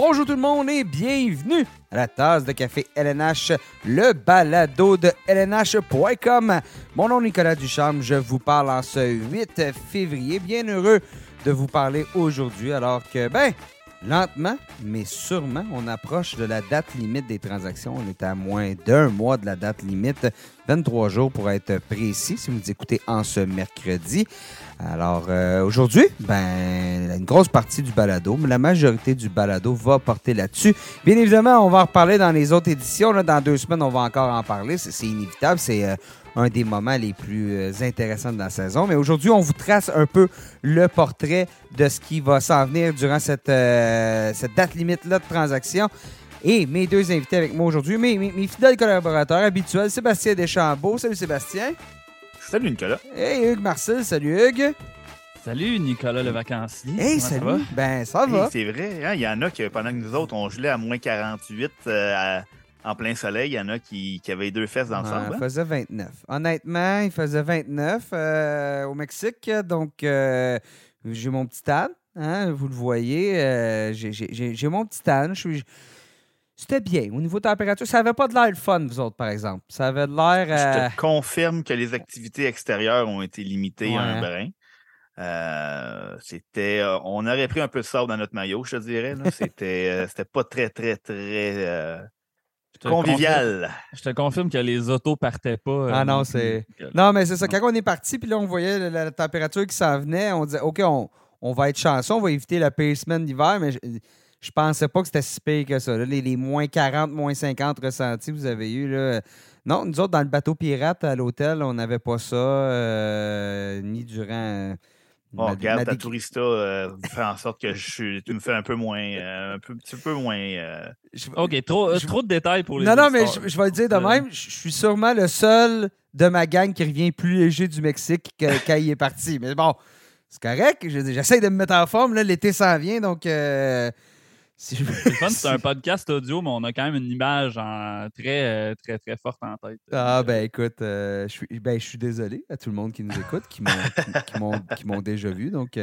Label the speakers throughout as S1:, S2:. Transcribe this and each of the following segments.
S1: Bonjour tout le monde et bienvenue à la tasse de café LNH, le balado de LNH.com. Mon nom est Nicolas Ducharme, je vous parle en ce 8 février. Bien heureux de vous parler aujourd'hui alors que, lentement, mais sûrement, on approche de la date limite des transactions. On est à moins d'un mois de la date limite, 23 jours pour être précis, si vous nous écoutez en ce mercredi. Alors, aujourd'hui, une grosse partie du balado, mais la majorité du balado va porter là-dessus. Bien évidemment, on va en reparler dans les autres éditions. Là, dans 2 semaines, on va encore en parler. C'est inévitable. C'est un des moments les plus intéressants de la saison. Mais aujourd'hui, on vous trace un peu le portrait de ce qui va s'en venir durant cette date limite-là de transaction. Et mes 2 invités avec moi aujourd'hui, mes fidèles collaborateurs habituels, Sébastien Deschambault. Salut Sébastien.
S2: Salut Nicolas.
S1: Et Hugues Marcel. Salut Hugues.
S3: Salut Nicolas le vacancier.
S1: Hey, salut. Ça va.
S2: C'est vrai, hein? Il y en a qui, pendant que nous autres, on gelait à moins 48 en plein soleil, il y en a qui avaient 2 fesses dans le sable.
S1: Il faisait 29. Honnêtement, il faisait 29 au Mexique. Donc, j'ai mon petit âne. Hein, vous le voyez. J'ai mon petit âne. C'était bien. Au niveau de température, ça n'avait pas de l'air le fun, vous autres, par exemple. Ça avait de l'air...
S2: Je te confirme que les activités extérieures ont été limitées à un brin. On aurait pris un peu de sable dans notre maillot, je te dirais. Là. C'était pas très convivial.
S3: Je te confirme que les autos partaient pas.
S1: Non, c'est... Non, mais c'est ça. Quand on est parti, puis là, on voyait la température qui s'en venait, on disait, OK, on va être chanceux, on va éviter la pire semaine d'hiver, mais je pensais pas que c'était si pire que ça. Là, les moins 40, moins 50 ressentis que vous avez eu là. Non, nous autres, dans le bateau pirate à l'hôtel, on n'avait pas ça, ni durant...
S2: regarde, ta tourista fait en sorte que tu me fais un peu moins... un petit peu moins...
S3: OK, trop de détails pour les
S1: Non, mais
S3: histoires.
S1: je vais le dire de même. Je suis sûrement le seul de ma gang qui revient plus léger du Mexique quand il est parti. Mais bon, c'est correct. J'essaie de me mettre en forme. Là, l'été s'en vient, donc...
S3: C'est fun, c'est un podcast audio, mais on a quand même une image très, très, très forte en tête.
S1: Écoute, je suis désolé à tout le monde qui nous écoute, qui m'ont déjà vu. Donc,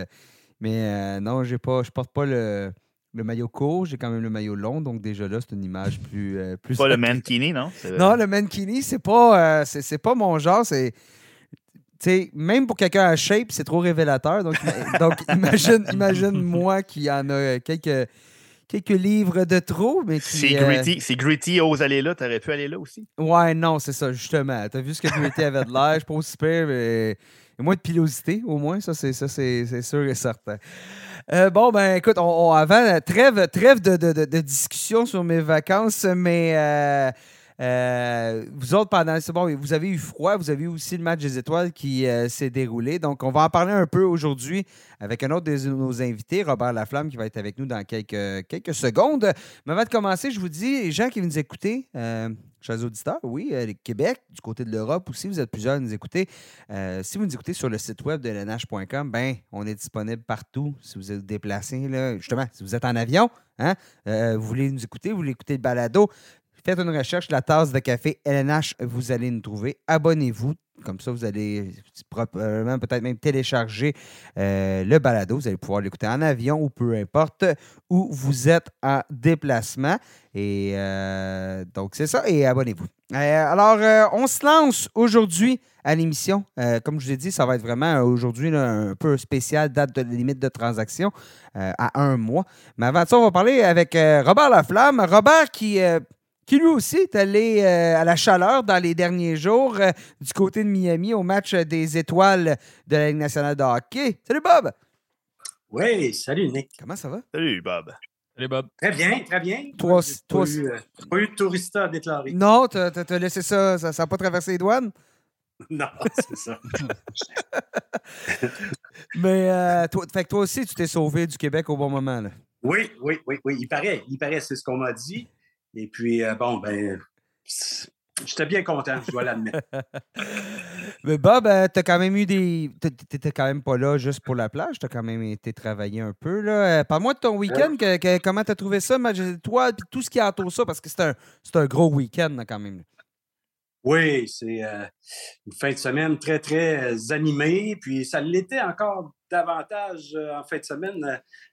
S1: non, je porte pas le maillot court, j'ai quand même le maillot long, donc déjà là, c'est une image plus
S2: pas le mankini, non?
S1: Non, le mankini, c'est pas mon genre, c'est... T'sais, même pour quelqu'un à shape, c'est trop révélateur. Donc imagine moi qui en a quelques livres de trop. Mais qui,
S2: c'est Gritty ose aller là. T'aurais pu aller là aussi?
S1: Ouais, non, c'est ça, justement. T'as vu ce que Gritty avait de l'air. Je suis pas aussi pire, mais moins de pilosité, au moins. Ça, c'est sûr et certain. Écoute, avant, trêve de discussion sur mes vacances, mais... vous autres, vous avez eu froid, vous avez eu aussi le match des étoiles qui s'est déroulé. Donc, on va en parler un peu aujourd'hui avec un autre de nos invités, Robert Laflamme, qui va être avec nous dans quelques secondes. Mais avant de commencer, je vous dis, les gens qui nous écoutent, chers auditeurs, oui, le Québec, du côté de l'Europe aussi, vous êtes plusieurs à nous écouter. Si vous nous écoutez sur le site web de lnh.com, on est disponible partout. Si vous êtes déplacé, là, justement, si vous êtes en avion, hein, vous voulez nous écouter, vous voulez écouter le balado, faites une recherche, la tasse de café LNH, vous allez nous trouver. Abonnez-vous. Comme ça, vous allez probablement peut-être même télécharger le balado. Vous allez pouvoir l'écouter en avion ou peu importe où vous êtes en déplacement. Et donc, c'est ça. Et abonnez-vous. Alors, on se lance aujourd'hui à l'émission. Comme je vous ai dit, ça va être vraiment aujourd'hui là, un peu spécial, date de limite de transaction à 1 mois. Mais avant ça, on va parler avec Robert Laflamme. Robert qui lui aussi est allé à la chaleur dans les derniers jours du côté de Miami au match des étoiles de la Ligue nationale de hockey. Salut Bob!
S4: Oui, salut Nick.
S1: Comment ça va?
S2: Salut Bob.
S3: Salut Bob.
S4: Très bien, très bien.
S1: Toi
S4: pas eu de tourista à déclarer.
S1: Non, t'as laissé ça n'a pas traversé les douanes?
S4: Non, c'est ça.
S1: Mais toi aussi, tu t'es sauvé du Québec au bon moment, là.
S4: Oui. Il paraît, c'est ce qu'on m'a dit. Et puis, j'étais bien content, je dois l'admettre.
S1: Mais Bob, t'as quand même eu t'étais quand même pas là juste pour la plage, t'as quand même été travailler un peu, là. Parle-moi de ton week-end, comment t'as trouvé ça, match des étoiles, puis tout ce qui entoure ça, parce que c'est un gros week-end, là, quand même.
S4: Oui, c'est une fin de semaine très, très animée. Puis ça l'était encore davantage en fin de semaine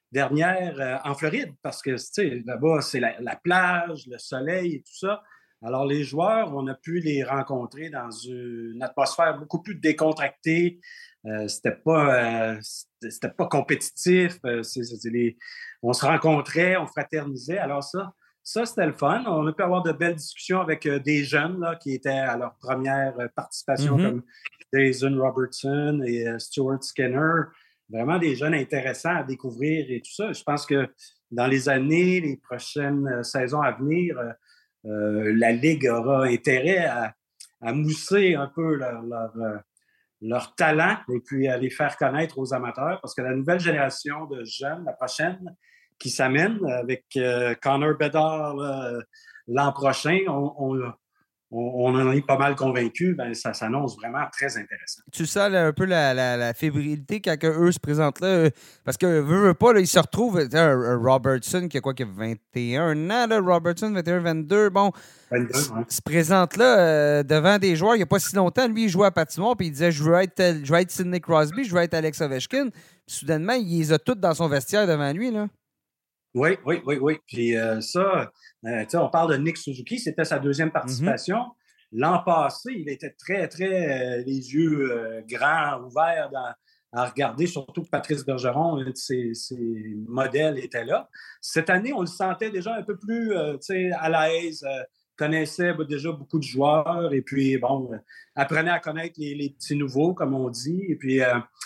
S4: dernière en Floride parce que, tu sais, là-bas, c'est la plage, le soleil et tout ça. Alors, les joueurs, on a pu les rencontrer dans une atmosphère beaucoup plus décontractée. C'était pas compétitif. On se rencontrait, on fraternisait. Alors ça, c'était le fun. On a pu avoir de belles discussions avec des jeunes là, qui étaient à leur première participation, comme Jason Robertson et Stuart Skinner. Vraiment des jeunes intéressants à découvrir et tout ça. Je pense que dans les prochaines saisons à venir, la Ligue aura intérêt à mousser un peu leur talent et puis à les faire connaître aux amateurs parce que la nouvelle génération de jeunes, la prochaine, qui s'amène avec Connor Bedard l'an prochain, on en est pas mal convaincus. Ben, ça s'annonce vraiment très intéressant.
S1: Tu sens là, un peu la fébrilité quand eux se présentent là, parce que veut pas, là, ils se retrouvent. Un Robertson qui a 21 ans, là, Robertson, 21, 22, bon,
S4: 22, ouais.
S1: se présente là devant des joueurs il n'y a pas si longtemps. Lui, il jouait à patinoire, puis il disait je veux être Sidney Crosby, je veux être Alex Ovechkin. Puis soudainement, il les a toutes dans son vestiaire devant lui, là.
S4: Oui. Puis on parle de Nick Suzuki, c'était sa deuxième participation. L'an passé, il était très, très les yeux grands, ouverts à regarder, surtout que Patrice Bergeron, un de ses modèles, était là. Cette année, on le sentait déjà un peu plus à l'aise, connaissait déjà beaucoup de joueurs et puis, bon, apprenait à connaître les petits nouveaux, comme on dit. Et puis,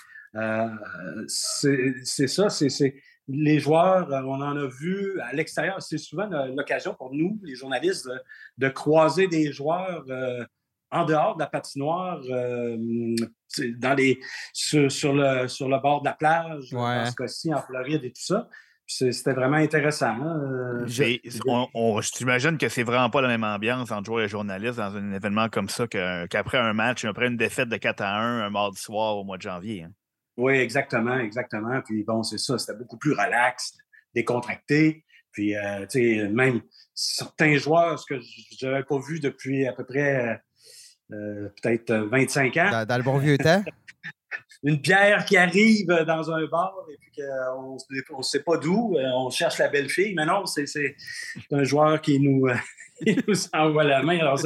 S4: c'est ça, c'est les joueurs, on en a vu à l'extérieur. C'est souvent l'occasion pour nous, les journalistes, de croiser des joueurs en dehors de la patinoire, sur le bord de la plage, dans ce cas-ci, en Floride et tout ça. C'était vraiment intéressant. Hein?
S2: J'imagine que c'est vraiment pas la même ambiance entre joueurs et journalistes dans un événement comme ça qu'après un match, après une défaite de 4-1 un mardi soir au mois de janvier. Hein.
S4: Oui, exactement. Puis bon, c'est ça, c'était beaucoup plus relax, décontracté. Puis, même certains joueurs, ce que je n'avais pas vu depuis à peu près peut-être 25 ans.
S1: Dans le bon vieux temps.
S4: Une bière qui arrive dans un bar et puis qu'on ne sait pas d'où, on cherche la belle fille, mais non, c'est un joueur qui nous envoie la main. Alors,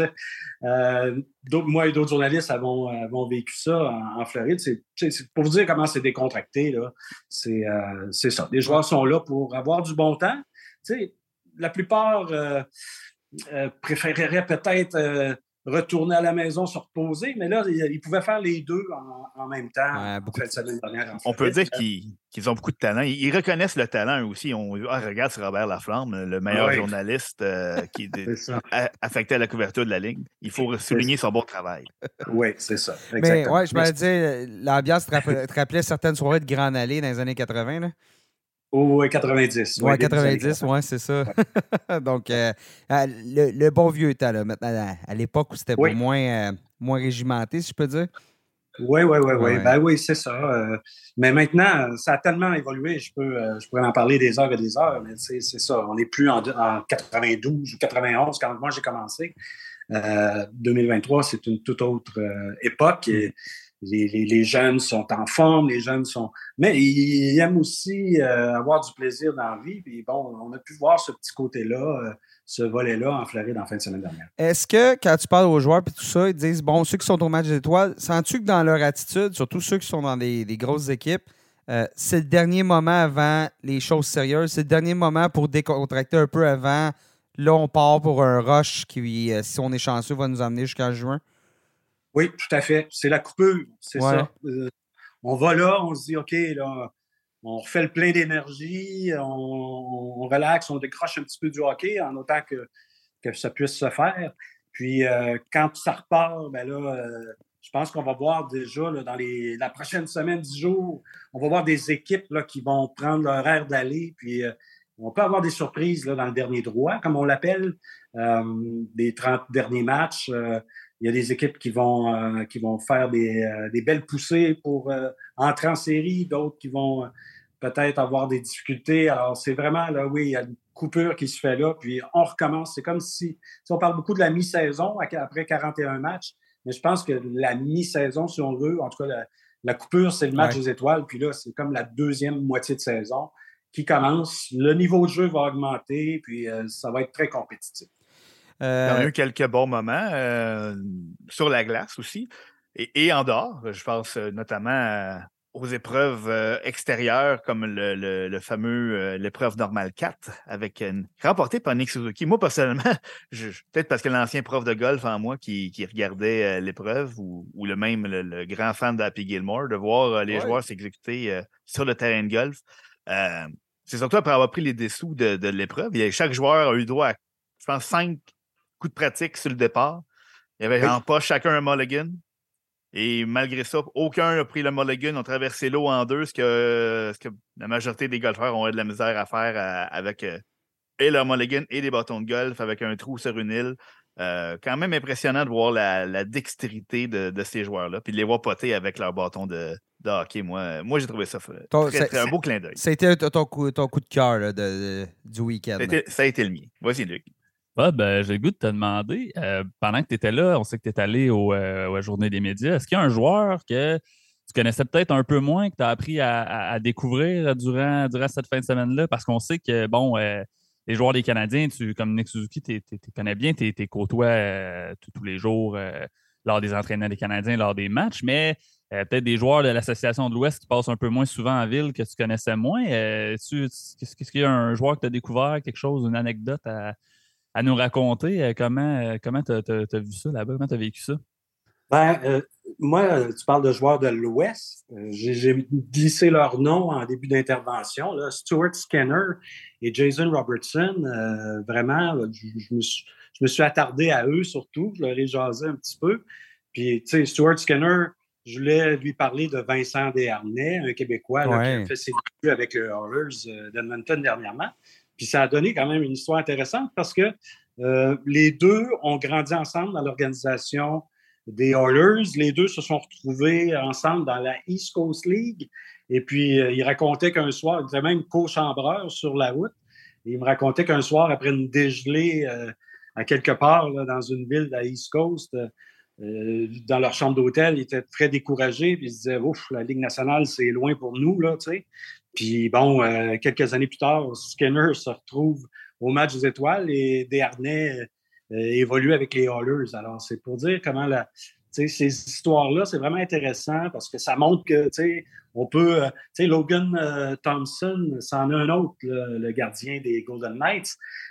S4: moi et d'autres journalistes avons vécu ça en Floride. C'est pour vous dire comment c'est décontracté. Là. C'est ça. Les joueurs sont là pour avoir du bon temps. La plupart préféreraient peut-être retourner à la maison, se reposer, mais là, ils pouvaient faire les deux en même temps.
S2: On peut dire qu'ils ont beaucoup de talent. Ils reconnaissent le talent, eux aussi. Regarde, c'est Robert Laflamme, le meilleur journaliste qui est affecté à la couverture de la Ligue. Il faut souligner son bon travail.
S4: Oui, c'est ça.
S1: Exactement. Mais je me dis, l'ambiance te rappelait certaines soirées de Grande Allée dans les années 80, là?
S4: Oui, 90.
S1: Oui, 90, oui, c'est ça. Ouais. Donc, le bon vieux temps, là, maintenant, à l'époque où c'était moins régimenté, si je peux dire.
S4: Oui. Ben oui, c'est ça. Mais maintenant, ça a tellement évolué, je pourrais en parler des heures et des heures, mais c'est ça. On n'est plus en 92 ou 91 quand moi j'ai commencé. 2023, c'est une toute autre époque. Et les jeunes sont en forme, les jeunes sont... Mais ils aiment aussi avoir du plaisir dans la vie. Puis bon, on a pu voir ce petit côté-là, ce volet-là en Floride en fin de semaine dernière.
S1: Est-ce que, quand tu parles aux joueurs et tout ça, ils disent, bon, ceux qui sont au match des étoiles, sens-tu que dans leur attitude, surtout ceux qui sont dans des grosses équipes, c'est le dernier moment avant les choses sérieuses, c'est le dernier moment pour décontracter un peu avant. Là, on part pour un rush qui, si on est chanceux, va nous emmener jusqu'en juin?
S4: Oui, tout à fait. C'est la coupure, c'est ça. On va là, on se dit, OK, là, on refait le plein d'énergie, on relaxe, on décroche un petit peu du hockey en autant que ça puisse se faire. Puis, quand ça repart, ben là, je pense qu'on va voir déjà là, dans la prochaine semaine, 10 jours, on va voir des équipes là, qui vont prendre leur air d'aller. Puis, on peut avoir des surprises là, dans le dernier droit, comme on l'appelle, des 30 derniers matchs. Il y a des équipes qui vont faire des belles poussées pour entrer en série, d'autres qui vont peut-être avoir des difficultés. Alors, c'est vraiment, là, oui, il y a une coupure qui se fait là, puis on recommence. C'est comme si on parle beaucoup de la mi-saison après 41 matchs, mais je pense que la mi-saison, si on veut, en tout cas, la coupure, c'est le match des étoiles, puis là, c'est comme la deuxième moitié de saison. qui commence. Le niveau de jeu va augmenter, puis ça va être très compétitif.
S2: Il y a eu quelques bons moments sur la glace aussi et en dehors. Je pense notamment aux épreuves extérieures comme le fameux l'épreuve normale 4 remportée par Nick Suzuki. Moi, personnellement, peut-être parce que l'ancien prof de golf en moi qui regardait l'épreuve ou le grand fan d'Happy Gilmore, de voir les joueurs s'exécuter sur le terrain de golf. C'est surtout après avoir pris les dessous de l'épreuve. Chaque joueur a eu droit à, je pense, 5 coups de pratique sur le départ. Il y avait en poche chacun un mulligan. Et malgré ça, aucun n'a pris le mulligan, ont traversé l'eau en deux, ce que la majorité des golfeurs ont eu de la misère à faire avec et leur mulligan et des bâtons de golf avec un trou sur une île. Quand même impressionnant de voir la dextérité de ces joueurs-là, puis de les voir poter avec leur bâton de hockey. Moi, j'ai trouvé ça un beau clin d'œil.
S1: Ça a été ton coup de cœur du week-end.
S2: Ça a été le mien. Vas-y, Luc.
S3: J'ai le goût de te demander, pendant que tu étais là, on sait que tu es allé aux Journées des médias, est-ce qu'il y a un joueur que tu connaissais peut-être un peu moins, que tu as appris à découvrir durant cette fin de semaine-là? Parce qu'on sait que, les joueurs des Canadiens, comme Nick Suzuki, tu connais bien, tu côtoies tous les jours lors des entraînements des Canadiens, lors des matchs, mais peut-être des joueurs de l'Association de l'Ouest qui passent un peu moins souvent en ville que tu connaissais moins. Est-ce qu'il y a un joueur que tu as découvert, quelque chose, une anecdote à nous raconter? Comment tu as vu ça là-bas? Comment tu as vécu ça?
S4: Moi, tu parles de joueurs de l'Ouest. J'ai glissé leur nom en début d'intervention. Là. Stuart Skinner et Jason Robertson. Vraiment, je me suis attardé à eux surtout. Je leur ai jasé un petit peu. Puis, tu sais, Stuart Skinner, je voulais lui parler de Vincent Desharnais, un Québécois là, qui a fait ses débuts avec les Oilers d'Edmonton dernièrement. Puis ça a donné quand même une histoire intéressante parce que les deux ont grandi ensemble dans l'organisation des Oilers. Les deux se sont retrouvés ensemble dans la East Coast League. Et puis, ils racontaient qu'un soir, il était même co-chambreur sur la route. Et il me racontait qu'un soir, après une dégelée à quelque part là, dans une ville de la East Coast, dans leur chambre d'hôtel, ils étaient très découragés. Puis ils se disaient, ouf, la Ligue nationale, c'est loin pour nous, là, tu sais. Puis bon, quelques années plus tard, Skinner se retrouve au match des étoiles et Desharnais évolue avec les Oilers. Alors, c'est pour dire comment ces histoires-là, c'est vraiment intéressant parce que ça montre que, on peut... Logan Thompson, c'en a un autre, le gardien des Golden Knights,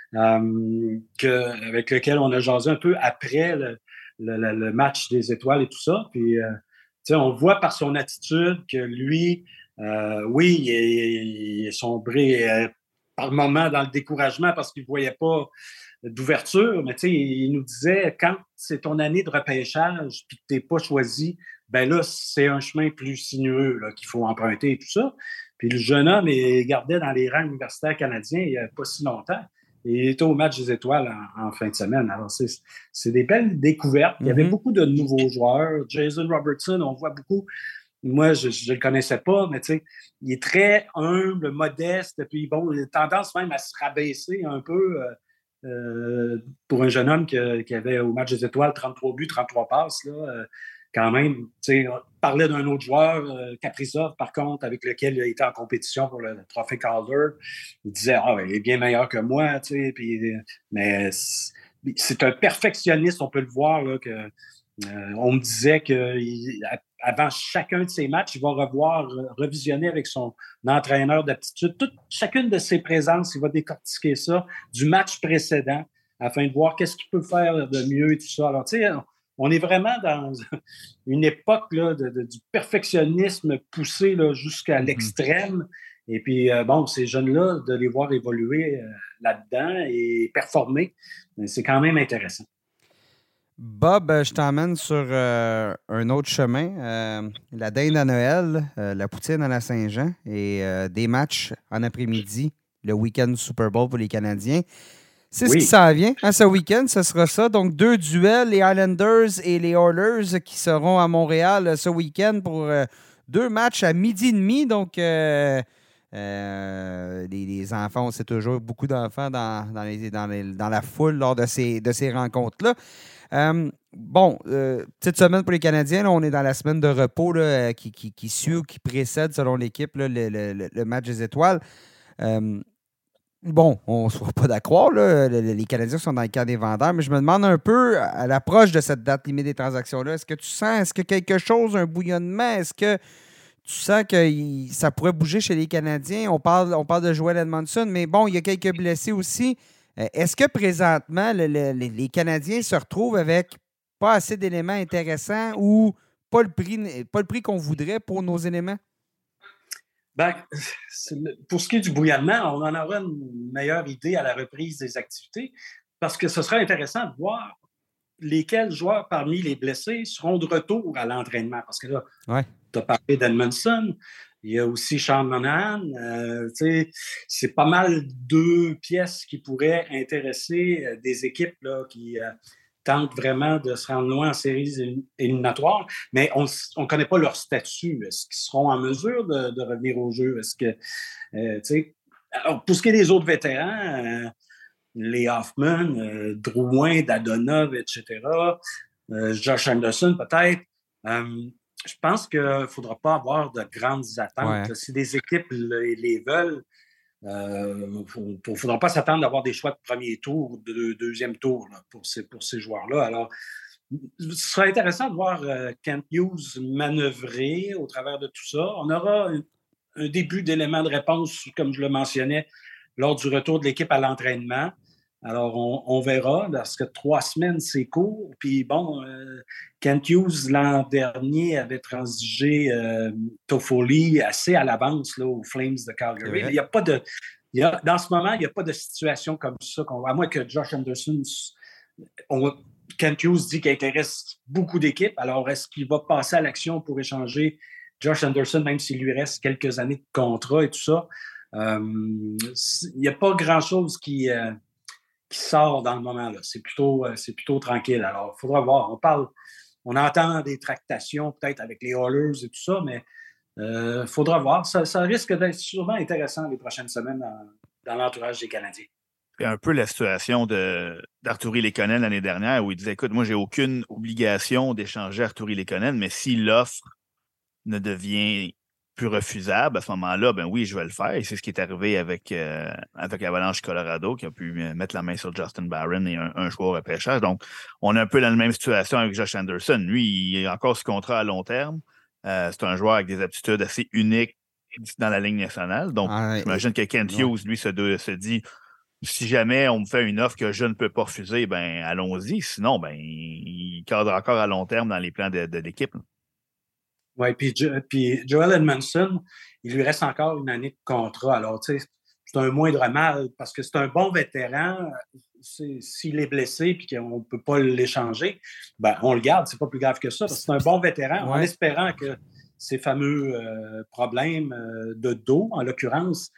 S4: avec lequel on a jasé un peu après le match des étoiles et tout ça. Puis, on voit par son attitude que lui... oui, il est sombré par moments dans le découragement parce qu'il ne voyait pas d'ouverture, mais il nous disait, quand c'est ton année de repêchage puis que tu n'es pas choisi, ben là, c'est un chemin plus sinueux là, qu'il faut emprunter et tout ça. Puis le jeune homme, il gardait dans les rangs universitaires canadiens il n'y a pas si longtemps. Il était au match des étoiles en fin de semaine. Alors, c'est des belles découvertes. Il y avait beaucoup de nouveaux joueurs. Jason Robertson, on voit beaucoup... Moi, je ne le connaissais pas, mais il est très humble, modeste, puis bon, il a tendance même à se rabaisser un peu pour un jeune homme qui avait au match des étoiles 33 buts, 33 passes, là, quand même. On parlait d'un autre joueur, Kaprizov, par contre, avec lequel il a été en compétition pour le trophée Calder. Il disait, il est bien meilleur que moi, mais c'est un perfectionniste, on peut le voir, là, que... on me disait qu'avant chacun de ses matchs, il va revisionner avec son entraîneur d'aptitude chacune de ses présences, il va décortiquer ça du match précédent afin de voir qu'est-ce qu'il peut faire de mieux et tout ça. Alors, on est vraiment dans une époque là, du perfectionnisme poussé là, jusqu'à l'extrême. Et puis, ces jeunes-là, de les voir évoluer là-dedans et performer, c'est quand même intéressant.
S1: Bob, je t'emmène sur un autre chemin. La dinde à Noël, la poutine à la Saint-Jean et des matchs en après-midi, le week-end du Super Bowl pour les Canadiens. C'est ce qui s'en vient. Ce week-end, ce sera ça. Donc, 2 duels, les Islanders et les Oilers qui seront à Montréal ce week-end pour 2 matchs à 12h30. Donc, les enfants, c'est toujours beaucoup d'enfants dans la foule lors de ces rencontres-là. Petite semaine pour les Canadiens. Là, on est dans la semaine de repos là, qui suit ou qui précède, selon l'équipe, là, le match des étoiles. Bon, on ne se voit pas d'accord, là. Les Canadiens sont dans le camp des vendeurs, mais je me demande un peu, à l'approche de cette date limite des transactions-là, est-ce que quelque chose, un bouillonnement, est-ce que tu sens que ça pourrait bouger chez les Canadiens? On parle de Joel Edmondson, mais bon, il y a quelques blessés aussi. Est-ce que présentement, les Canadiens se retrouvent avec pas assez d'éléments intéressants ou pas le prix qu'on voudrait pour nos éléments?
S4: Ben, pour ce qui est du bouillonnement, on en aura une meilleure idée à la reprise des activités parce que ce serait intéressant de voir lesquels joueurs parmi les blessés seront de retour à l'entraînement. Parce que là, tu as parlé d'Edmondson, il y a aussi Sean Monahan. C'est pas mal 2 pièces qui pourraient intéresser des équipes là, qui tentent vraiment de se rendre loin en séries éliminatoires, mais on ne connaît pas leur statut. Est-ce qu'ils seront en mesure de revenir au jeu? Est-ce que, alors, pour ce qui est des autres vétérans, les Hoffman, Drouin, Dadonov, etc., Josh Anderson peut-être, je pense qu'il ne faudra pas avoir de grandes attentes. Si des équipes les veulent, il ne faudra pas s'attendre d'avoir des choix de premier tour ou de deuxième tour là, pour ces joueurs-là. Alors, ce serait intéressant de voir Kent Hughes manœuvrer au travers de tout ça. On aura un début d'éléments de réponse, comme je le mentionnais, lors du retour de l'équipe à l'entraînement. Alors, on verra, parce que 3 semaines, c'est court. Puis bon, Kent Hughes, l'an dernier, avait transigé Toffoli assez à l'avance là, aux Flames de Calgary. Il n'y a pas de... dans ce moment, il n'y a pas de situation comme ça. À moins que Josh Anderson... Kent Hughes dit qu'il intéresse beaucoup d'équipes. Alors, est-ce qu'il va passer à l'action pour échanger Josh Anderson, même s'il lui reste quelques années de contrat et tout ça? Il n'y a pas grand-chose qui sort dans le moment. Là. C'est plutôt tranquille. Alors, il faudra voir. On entend des tractations peut-être avec les Oilers et tout ça, mais il faudra voir. Ça risque d'être sûrement intéressant les prochaines semaines dans l'entourage des Canadiens.
S2: C'est un peu la situation d'Artturi Lekonen l'année dernière où il disait, écoute, moi, j'ai aucune obligation d'échanger Artturi Lekonen, mais si l'offre ne devient plus refusable, à ce moment-là, ben oui, je vais le faire. Et c'est ce qui est arrivé avec Avalanche Colorado, qui a pu mettre la main sur Justin Barron et un joueur au repêchage. Donc, on est un peu dans la même situation avec Josh Anderson. Lui, il est encore sous contrat à long terme. C'est un joueur avec des aptitudes assez uniques dans la Ligue nationale. Donc, j'imagine que Kent Hughes, lui, se dit, si jamais on me fait une offre que je ne peux pas refuser, ben allons-y. Sinon, ben il cadre encore à long terme dans les plans de l'équipe.
S4: Oui, puis Joel Edmondson, il lui reste encore une année de contrat. Alors, tu sais, c'est un moindre mal parce que c'est un bon vétéran. S'il est blessé et qu'on ne peut pas l'échanger, ben, on le garde. C'est pas plus grave que ça. Parce que c'est un bon vétéran en espérant que ces fameux problèmes de dos, en l'occurrence,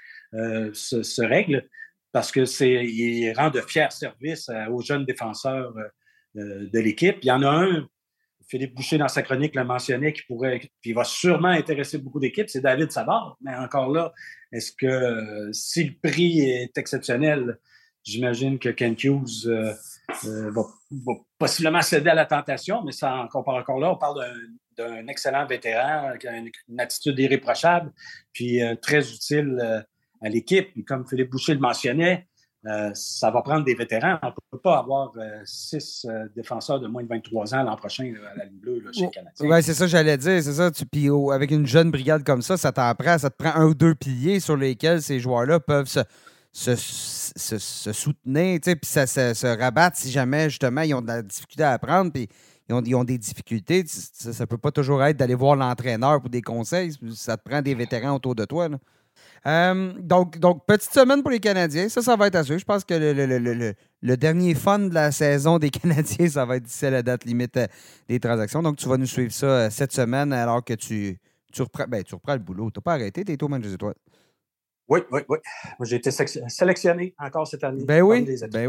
S4: se règlent parce qu'il rend de fiers services aux jeunes défenseurs de l'équipe. Il y en a un, Philippe Boucher, dans sa chronique, le mentionnait, qui va sûrement intéresser beaucoup d'équipes, c'est David Savard. Mais encore là, est-ce que si le prix est exceptionnel, j'imagine que Kent Hughes va possiblement céder à la tentation, mais encore là, on parle d'un excellent vétéran qui a une attitude irréprochable, puis très utile à l'équipe. Et comme Philippe Boucher le mentionnait, ça va prendre des vétérans. On ne peut pas avoir 6 défenseurs de moins de 23 ans l'an prochain à la Ligue bleue chez les Canadiens.
S1: Oui, c'est ça que j'allais dire. C'est ça. Puis avec une jeune brigade comme ça, ça te prend 1 ou 2 piliers sur lesquels ces joueurs-là peuvent se soutenir, puis se rabattre si jamais, justement, ils ont de la difficulté à apprendre, puis ils ont des difficultés. Ça ne peut pas toujours être d'aller voir l'entraîneur pour des conseils. Ça te prend des vétérans autour de toi, là. Donc, petite semaine pour les Canadiens. Ça va être assuré. Je pense que le dernier fun de la saison des Canadiens, ça va être d'ici à la date limite des transactions. Donc, tu vas nous suivre ça cette semaine alors que tu reprends le boulot. Tu n'as pas arrêté, tu es au match des étoiles.
S4: Oui. Moi, j'ai été sélectionné encore cette année.
S1: Ben oui.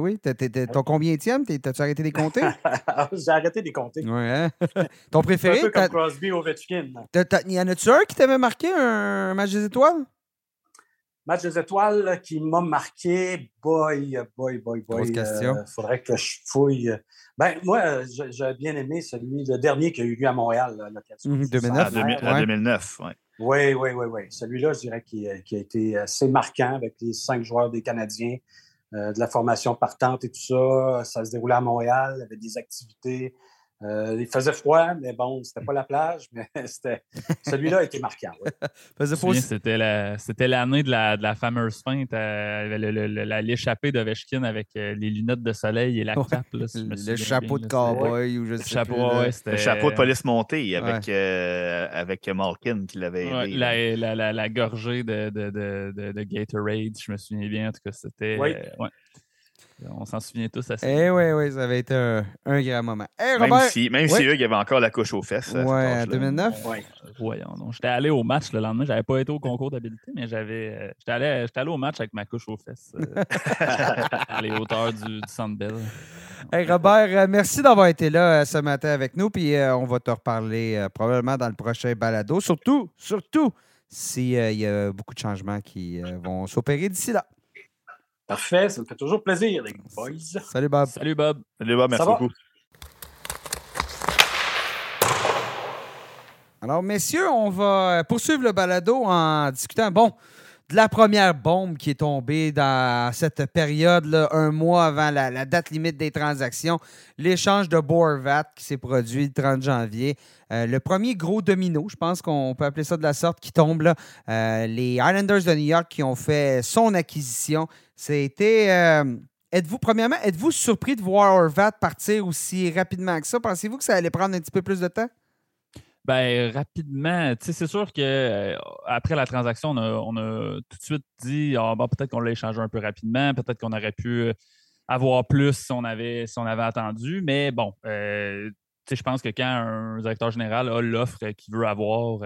S1: Ton combienième? T'as-tu arrêté de les compter?
S4: J'ai arrêté de les compter.
S1: Oui, hein? Ton préféré?
S4: Un peu comme Crosby Ovechkin.
S1: Y en a-tu un qui t'avait marqué un match des étoiles?
S4: Match des étoiles qui m'a marqué, boy.
S1: Grosse question.
S4: Faudrait que je fouille. Moi, j'ai bien aimé le dernier qui a eu lieu à Montréal. Là,
S1: 2009.
S2: En 2009, oui.
S4: Oui. Celui-là, je dirais qu'il a été assez marquant avec les 5 joueurs des Canadiens, de la formation partante et tout ça. Ça se déroulait à Montréal, il y avait des activités. Il faisait froid, mais bon, c'était pas la plage, mais celui-là a été marquant. Oui.
S3: C'était l'année de la fameuse feinte, l'échappée d'Ovechkin avec les lunettes de soleil et la cape. Là,
S1: le chapeau de cowboy ou je sais
S3: chapeau,
S1: plus.
S2: Le chapeau de police montée avec Malkin qui l'avait aidé.
S3: La gorgée de Gatorade, je me souviens bien. En tout cas, c'était... On s'en souvient tous assez.
S1: Oui, ça avait été un grand moment.
S2: Robert, même si eux, il y avait encore la couche aux fesses.
S1: Oui, en 2009.
S3: Voyons, non. J'étais allé au match le lendemain. J'avais pas été au concours d'habileté, mais j'étais allé au match avec ma couche aux fesses à les hauteurs du Centre Bell.
S1: Robert, merci d'avoir été là ce matin avec nous. Puis on va te reparler probablement dans le prochain balado. Surtout s'il y a beaucoup de changements qui vont s'opérer d'ici là.
S4: Parfait, ça me fait toujours plaisir, les boys.
S1: Salut, Bob.
S3: Salut, Bob.
S2: Merci beaucoup.
S1: Alors, messieurs, on va poursuivre le balado en discutant, de la première bombe qui est tombée dans cette période, un mois avant la date limite des transactions, l'échange de Boervat qui s'est produit le 30 janvier. Le premier gros domino, je pense qu'on peut appeler ça de la sorte, qui tombe là. Les Islanders de New York qui ont fait son acquisition. C'était... Êtes-vous surpris de voir Horvat partir aussi rapidement que ça? Pensez-vous que ça allait prendre un petit peu plus de temps?
S3: Rapidement, c'est sûr que après la transaction, on a tout de suite dit peut-être qu'on l'a échangé un peu rapidement, peut-être qu'on aurait pu avoir plus si on avait attendu, mais bon, je pense que quand un directeur général a l'offre qu'il veut avoir,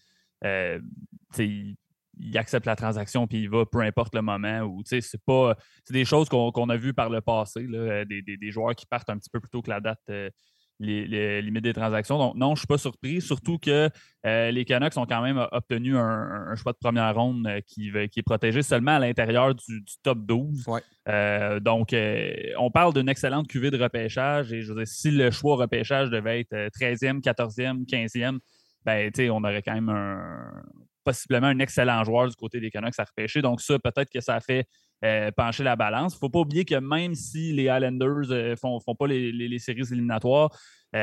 S3: il accepte la transaction puis il va peu importe le moment. C'est des choses qu'on a vues par le passé, là, des joueurs qui partent un petit peu plus tôt que la date les limites des transactions. Donc, non, je ne suis pas surpris, surtout que les Canucks ont quand même obtenu un choix de première ronde qui est protégé seulement à l'intérieur du top 12.
S1: Ouais.
S3: Donc, on parle d'une excellente cuvée de repêchage et je veux dire, si le choix repêchage devait être 13e, 14e, 15e, on aurait quand même possiblement un excellent joueur du côté des Canucks à repêcher. Donc, ça, peut-être que ça a fait pencher la balance. Il ne faut pas oublier que même si les Islanders font pas les séries éliminatoires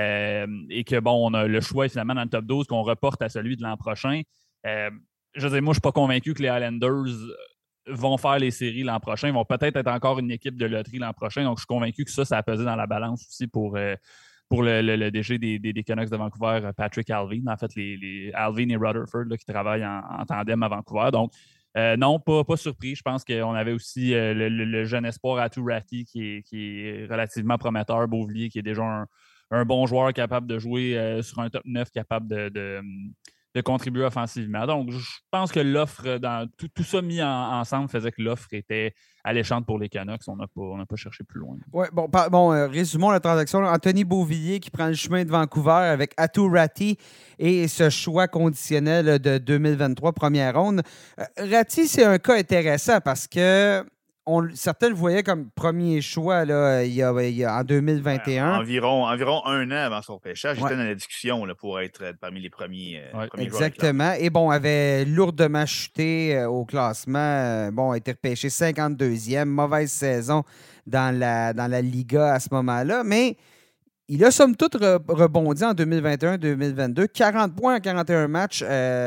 S3: et que, on a le choix finalement dans le top 12 qu'on reporte à celui de l'an prochain, je veux dire, moi, je ne suis pas convaincu que les Islanders vont faire les séries l'an prochain. Ils vont peut-être être encore une équipe de loterie l'an prochain. Donc, je suis convaincu que ça a pesé dans la balance aussi pour le DG des Canucks de Vancouver, Patrick Allvin. En fait, les Allvin et Rutherford là, qui travaillent en tandem à Vancouver. Donc, non, pas surpris. Je pense qu'on avait aussi le jeune espoir Aatu Räty qui est relativement prometteur, Beauvillier, qui est déjà un bon joueur capable de jouer sur un top 9, capable de contribuer offensivement. Donc, je pense que l'offre, dans tout ça mis ensemble, faisait que l'offre était alléchante pour les Canucks. On n'a pas cherché plus loin.
S1: Oui, résumons la transaction. Anthony Beauvillier qui prend le chemin de Vancouver avec Aatu Räty et ce choix conditionnel de 2023, première ronde. Räty, c'est un cas intéressant parce que certains le voyaient comme premier choix là, il y a en 2021.
S2: Environ un an avant son repêchage, j'étais dans la discussion là, pour être parmi les premiers
S1: exactement. Et avait lourdement chuté au classement. A été repêché 52e. Mauvaise saison dans la Liga à ce moment-là. Mais il a somme toute rebondi en 2021-2022. 40 points en 41 matchs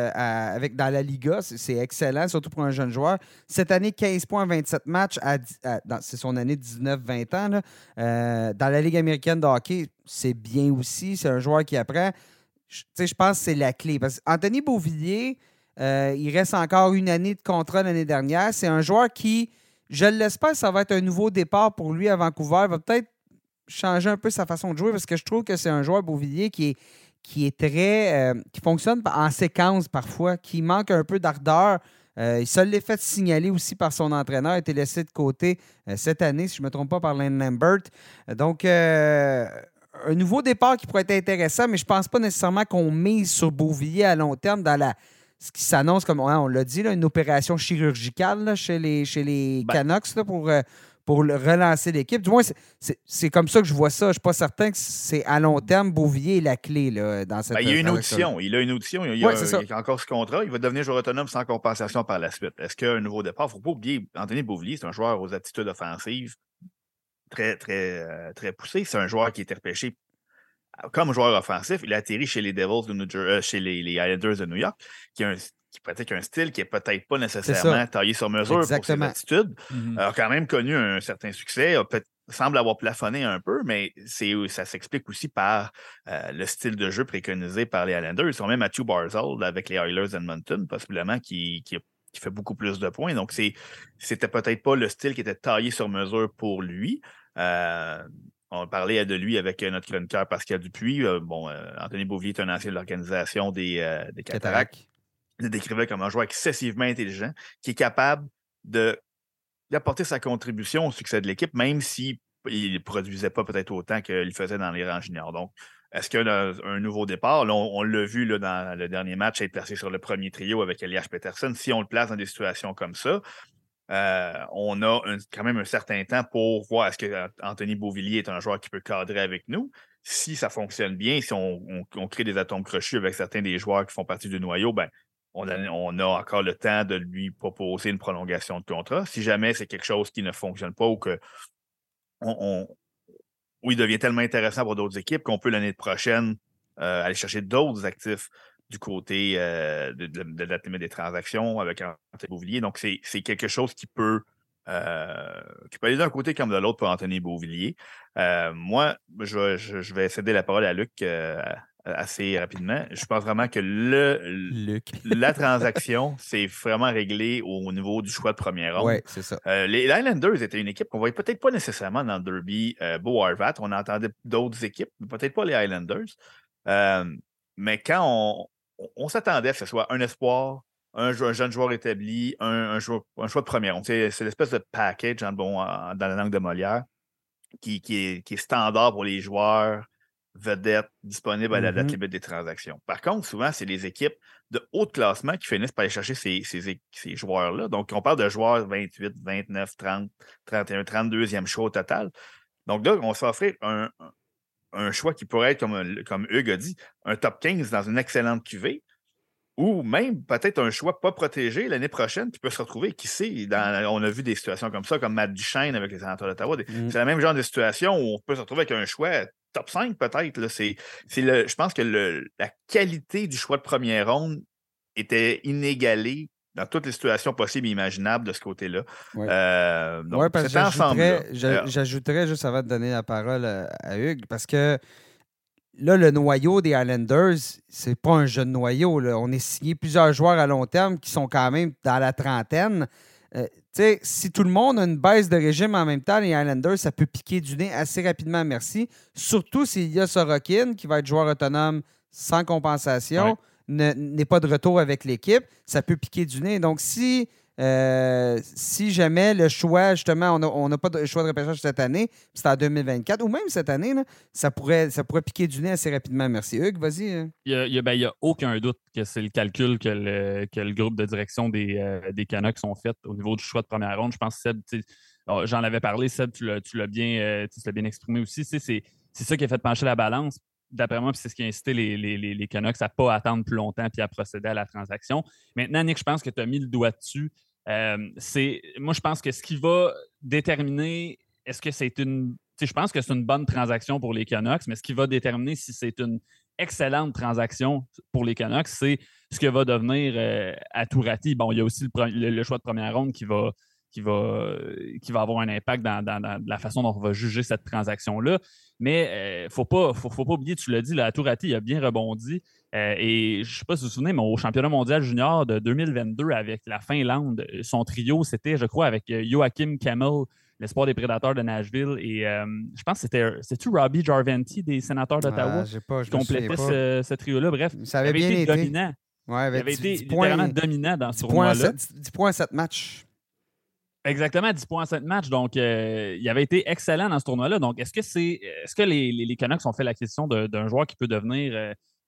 S1: dans la Liga. C'est excellent, surtout pour un jeune joueur. Cette année, 15 points en 27 matchs. C'est son année 19-20 ans. Là. Dans la Ligue américaine de hockey, c'est bien aussi. C'est un joueur qui apprend. Je pense que c'est la clé. Parce qu'Anthony Beauvillier, il reste encore une année de contrat l'année dernière. C'est un joueur qui, je l'espère, ça va être un nouveau départ pour lui à Vancouver. Il va peut-être changer un peu sa façon de jouer parce que je trouve que c'est un joueur Beauvillier qui est très... qui fonctionne en séquence parfois, qui manque un peu d'ardeur. Il se l'est fait signaler aussi par son entraîneur, a été laissé de côté cette année, si je ne me trompe pas, par Lane Lambert. Donc, un nouveau départ qui pourrait être intéressant, mais je ne pense pas nécessairement qu'on mise sur Beauvillier à long terme dans la ce qui s'annonce comme, on l'a dit, là, une opération chirurgicale là, chez les Canucks là, pour relancer l'équipe. Du moins, c'est comme ça que je vois ça. Je ne suis pas certain que c'est à long terme, Beauvillier est la clé là, dans cette
S2: il y a une audition. Il a une audition. Il a encore ce contrat. Il va devenir joueur autonome sans compensation par la suite. Est-ce qu'il y a un nouveau départ? Il ne faut pas oublier, Anthony Beauvillier, c'est un joueur aux aptitudes offensives très, très, très poussées. C'est un joueur qui était repêché comme joueur offensif. Il a atterri chez les Devils de New Jersey, chez les Islanders de New York, qui pratique un style qui n'est peut-être pas nécessairement taillé sur mesure pour ses attitudes. A quand même connu un certain succès, semble avoir plafonné un peu, mais ça s'explique aussi par le style de jeu préconisé par les Islanders. Ils sont même Matthew Barzal avec les Oilers d'Edmonton, possiblement, qui fait beaucoup plus de points. Donc, c'était peut-être pas le style qui était taillé sur mesure pour lui. On parlait de lui avec notre chroniqueur Pascal Dupuis. Anthony Beauvillier est un ancien de l'organisation des Cataractes. Il le décrivait comme un joueur excessivement intelligent qui est capable d'apporter sa contribution au succès de l'équipe, même s'il ne produisait pas peut-être autant qu'il faisait dans les rangs juniors. Donc, est-ce qu'il y a un nouveau départ? Là, on l'a vu là, dans le dernier match, être placé sur le premier trio avec Elias Pettersson. Si on le place dans des situations comme ça, on a quand même un certain temps pour voir est-ce que Anthony Beauvillier est un joueur qui peut cadrer avec nous. Si ça fonctionne bien, si on crée des atomes crochus avec certains des joueurs qui font partie du noyau, on a encore le temps de lui proposer une prolongation de contrat. Si jamais c'est quelque chose qui ne fonctionne pas ou que il devient tellement intéressant pour d'autres équipes qu'on peut l'année prochaine aller chercher d'autres actifs du côté de la limite des transactions avec Anthony Beauvillier. Donc, c'est quelque chose qui peut aller d'un côté comme de l'autre pour Anthony Beauvillier. Moi, je vais céder la parole à Luc assez rapidement. Je pense vraiment que la transaction, c'est vraiment réglé au niveau du choix de première ronde.
S1: Oui, c'est ça.
S2: Les Islanders étaient une équipe qu'on ne voyait peut-être pas nécessairement dans le derby Beau Harvat. On entendait d'autres équipes, peut-être pas les Islanders. Mais quand on s'attendait à ce que ce soit un espoir, un jeune joueur établi, un choix de première ronde. C'est l'espèce de package dans la langue de Molière qui est standard pour les joueurs vedettes disponibles à la date limite des transactions. Par contre, souvent, c'est les équipes de haut de classement qui finissent par aller chercher ces joueurs-là. Donc, on parle de joueurs 28, 29, 30, 31, 32e choix au total. Donc là, on s'offre un choix qui pourrait être, comme Hugues a dit, un top 15 dans une excellente cuvée, ou même peut-être un choix pas protégé l'année prochaine qui peut se retrouver, qui sait, on a vu des situations comme ça, comme Matt Duchesne avec les Sénateurs d'Ottawa. C'est le même genre de situation où on peut se retrouver avec un choix top 5 peut-être. Là. Je pense que la qualité du choix de première ronde était inégalée dans toutes les situations possibles et imaginables de ce côté-là.
S1: Oui,
S2: donc,
S1: parce que j'ajouterais, juste avant de donner la parole à Hugues, parce que là, le noyau des Islanders, c'est pas un jeune noyau. Là. On est signé plusieurs joueurs à long terme qui sont quand même dans la trentaine. Si tout le monde a une baisse de régime en même temps, les Islanders, ça peut piquer du nez assez rapidement, merci. Surtout s'il y a Sorokin, qui va être joueur autonome sans compensation, n'est pas de retour avec l'équipe, ça peut piquer du nez. Donc, si jamais le choix, justement, on n'a pas de choix de repêchage cette année, c'est en 2024, ou même cette année, là, ça pourrait piquer du nez assez rapidement. Merci. Hugues, vas-y.
S3: Il n'y a aucun doute que c'est le calcul que le groupe de direction des Canucks ont fait au niveau du choix de première ronde. Je pense que Seb, j'en avais parlé, Seb, tu l'as bien exprimé aussi. C'est ça qui a fait pencher la balance. D'après moi, c'est ce qui a incité les Canucks à ne pas attendre plus longtemps et à procéder à la transaction. Maintenant, Nick, je pense que tu as mis le doigt dessus. Moi, je pense que ce qui va déterminer, est-ce que c'est une... Je pense que c'est une bonne transaction pour les Canucks, mais ce qui va déterminer si c'est une excellente transaction pour les Canucks, c'est ce que va devenir Atourati. Bon, il y a aussi le choix de première ronde qui va avoir un impact dans la façon dont on va juger cette transaction-là. Mais il ne faut pas oublier, tu l'as dit, Atourati a bien rebondi. Et je ne sais pas si vous vous souvenez, mais au championnat mondial junior de 2022 avec la Finlande, son trio, c'était, je crois, avec Joachim Kemmel, l'espoir des Prédateurs de Nashville, et je pense que c'était Robbie Jarventi des Sénateurs d'Ottawa qui complétait ce trio-là. Bref,
S1: ça avait bien été
S3: dominant.
S1: Ouais,
S3: il avait été littéralement dominant dans ce tournoi-là.
S1: 10 points à 7 matchs.
S3: Exactement, 10 points à 7 matchs. Donc, il avait été excellent dans ce tournoi-là. Donc, est-ce que les Canucks ont fait l'acquisition d'un joueur qui peut devenir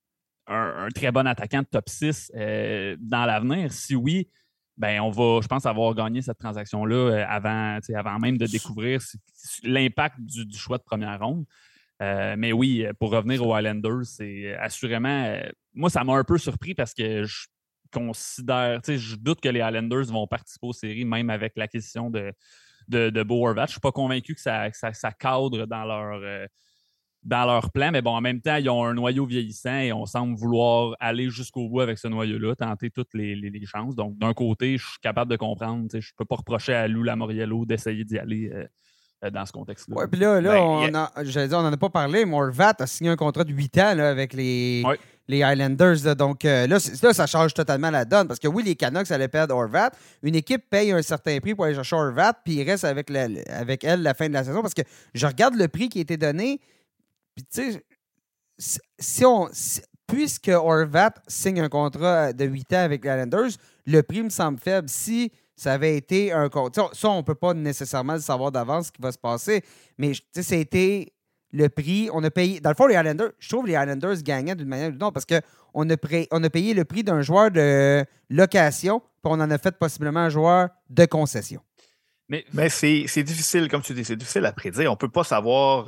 S3: un très bon attaquant de top 6 dans l'avenir? Si oui, ben on va, je pense, avoir gagné cette transaction-là avant même de découvrir l'impact du choix de première ronde. Mais oui, pour revenir aux Islanders, c'est assurément... moi, ça m'a un peu surpris parce que je doute que les Islanders vont participer aux séries, même avec l'acquisition de Bo Horvat. Je ne suis pas convaincu que ça cadre dans leur plan, mais bon, en même temps, ils ont un noyau vieillissant et on semble vouloir aller jusqu'au bout avec ce noyau-là, tenter toutes les chances. Donc, d'un côté, je suis capable de comprendre. Je ne peux pas reprocher à Lou Lamoriello d'essayer d'y aller dans ce contexte-là.
S1: Oui, puis là, on n'en a pas parlé, mais Horvat a signé un contrat de 8 ans là, avec les Islanders. Là, donc là, ça change totalement la donne. Parce que oui, les Canucks allaient perdre Horvat. Une équipe paye un certain prix pour aller chercher Horvat, puis il reste avec elle la fin de la saison. Parce que je regarde le prix qui a été donné. Puis, tu sais, puisque Horvat signe un contrat de 8 ans avec les Islanders, le prix me semble faible. Si ça avait été un contrat... Ça, on ne peut pas nécessairement savoir d'avance ce qui va se passer, mais tu sais, c'était le prix. On a payé... Dans le fond, les Islanders, je trouve les Islanders gagnaient d'une manière ou d'une autre parce qu'on a payé le prix d'un joueur de location, puis on en a fait possiblement un joueur de concession.
S2: Mais c'est difficile, comme tu dis, c'est difficile à prédire. On ne peut pas savoir.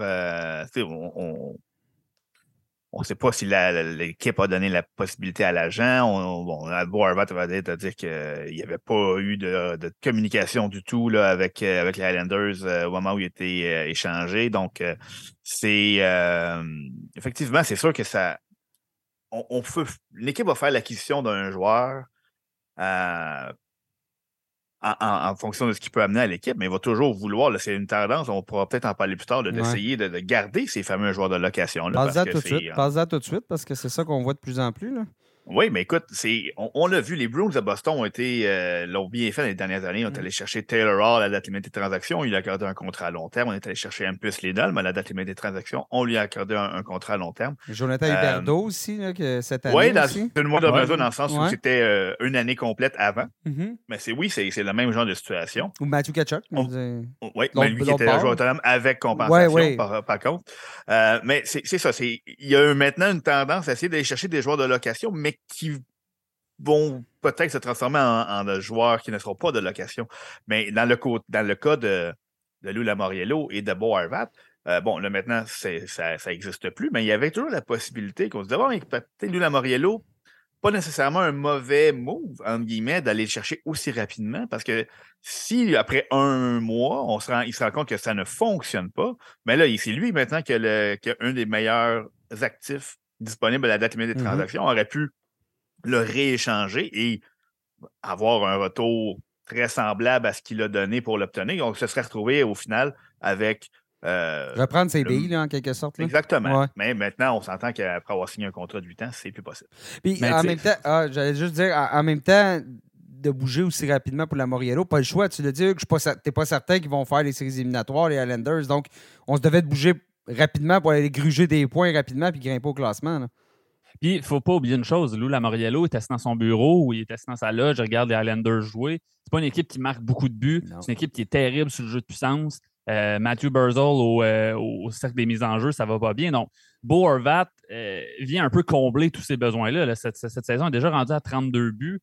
S2: On ne sait pas si l'équipe a donné la possibilité à l'agent. Bo Horvat va dire qu'il n'y avait pas eu de communication du tout là, avec les Islanders au moment où il était échangé. Donc, effectivement, c'est sûr que ça. L'équipe va faire l'acquisition d'un joueur. En fonction de ce qu'il peut amener à l'équipe, mais il va toujours vouloir, là, c'est une tendance, on pourra peut-être en parler plus tard, d'essayer de garder ces fameux joueurs de location.
S1: Passe-en tout de suite, parce que c'est ça qu'on voit de plus en plus. Là.
S2: Oui, mais écoute, on l'a vu, les Bruins de Boston l'ont bien fait dans les dernières années. On est allé chercher Taylor Hall à la date limite des transactions. Il a accordé un contrat à long terme. On est allé chercher Hampus Lidl, à la date limite des transactions. On lui a accordé un contrat à long terme.
S1: Jonathan Huberdeau aussi, là, cette année.
S2: Oui, dans
S1: aussi.
S2: le monde de besoin, dans le sens où c'était une année complète avant.
S1: Mm-hmm.
S2: Mais c'est le même genre de situation.
S1: Ou Matthew Tkachuk.
S2: Oui, mais lui qui était un joueur autonome avec compensation, par contre. Mais c'est ça. Il y a maintenant une tendance à essayer d'aller chercher des joueurs de location, mais qui vont peut-être se transformer en joueurs qui ne seront pas de location. Mais dans le cas de Lou Lamoriello et de Bo Horvat, là maintenant, ça n'existe plus, mais il y avait toujours la possibilité qu'on se disait, peut-être Lou Lamoriello, pas nécessairement un mauvais move, entre guillemets, d'aller le chercher aussi rapidement, parce que si, après un mois, il se rend compte que ça ne fonctionne pas, mais là, c'est lui maintenant qui a un des meilleurs actifs disponibles à la date limite des transactions, aurait pu le rééchanger et avoir un retour très semblable à ce qu'il a donné pour l'obtenir. Donc, se serait retrouvé au final avec...
S1: reprendre ses billes, là, en quelque sorte. Là.
S2: Exactement. Ouais. Mais maintenant, on s'entend qu'après avoir signé un contrat de 8 ans, c'est plus possible.
S1: Puis, en même temps, j'allais juste dire, en même temps, de bouger aussi rapidement pour Lamoriello, pas le choix. Tu l'as dit, que tu n'es pas certain qu'ils vont faire les séries éliminatoires, les Islanders. Donc, on se devait de bouger rapidement pour aller gruger des points rapidement puis grimper au classement. Là.
S3: Puis, il ne faut pas oublier une chose. Lou Lamoriello est assis dans son bureau ou il est assis dans sa loge, regarde les Islanders jouer. C'est pas une équipe qui marque beaucoup de buts. Non. C'est une équipe qui est terrible sur le jeu de puissance. Matthew Barzal au cercle des mises en jeu, ça va pas bien. Donc, Bo Horvat vient un peu combler tous ces besoins-là. Là. Cette saison est déjà rendue à 32 buts.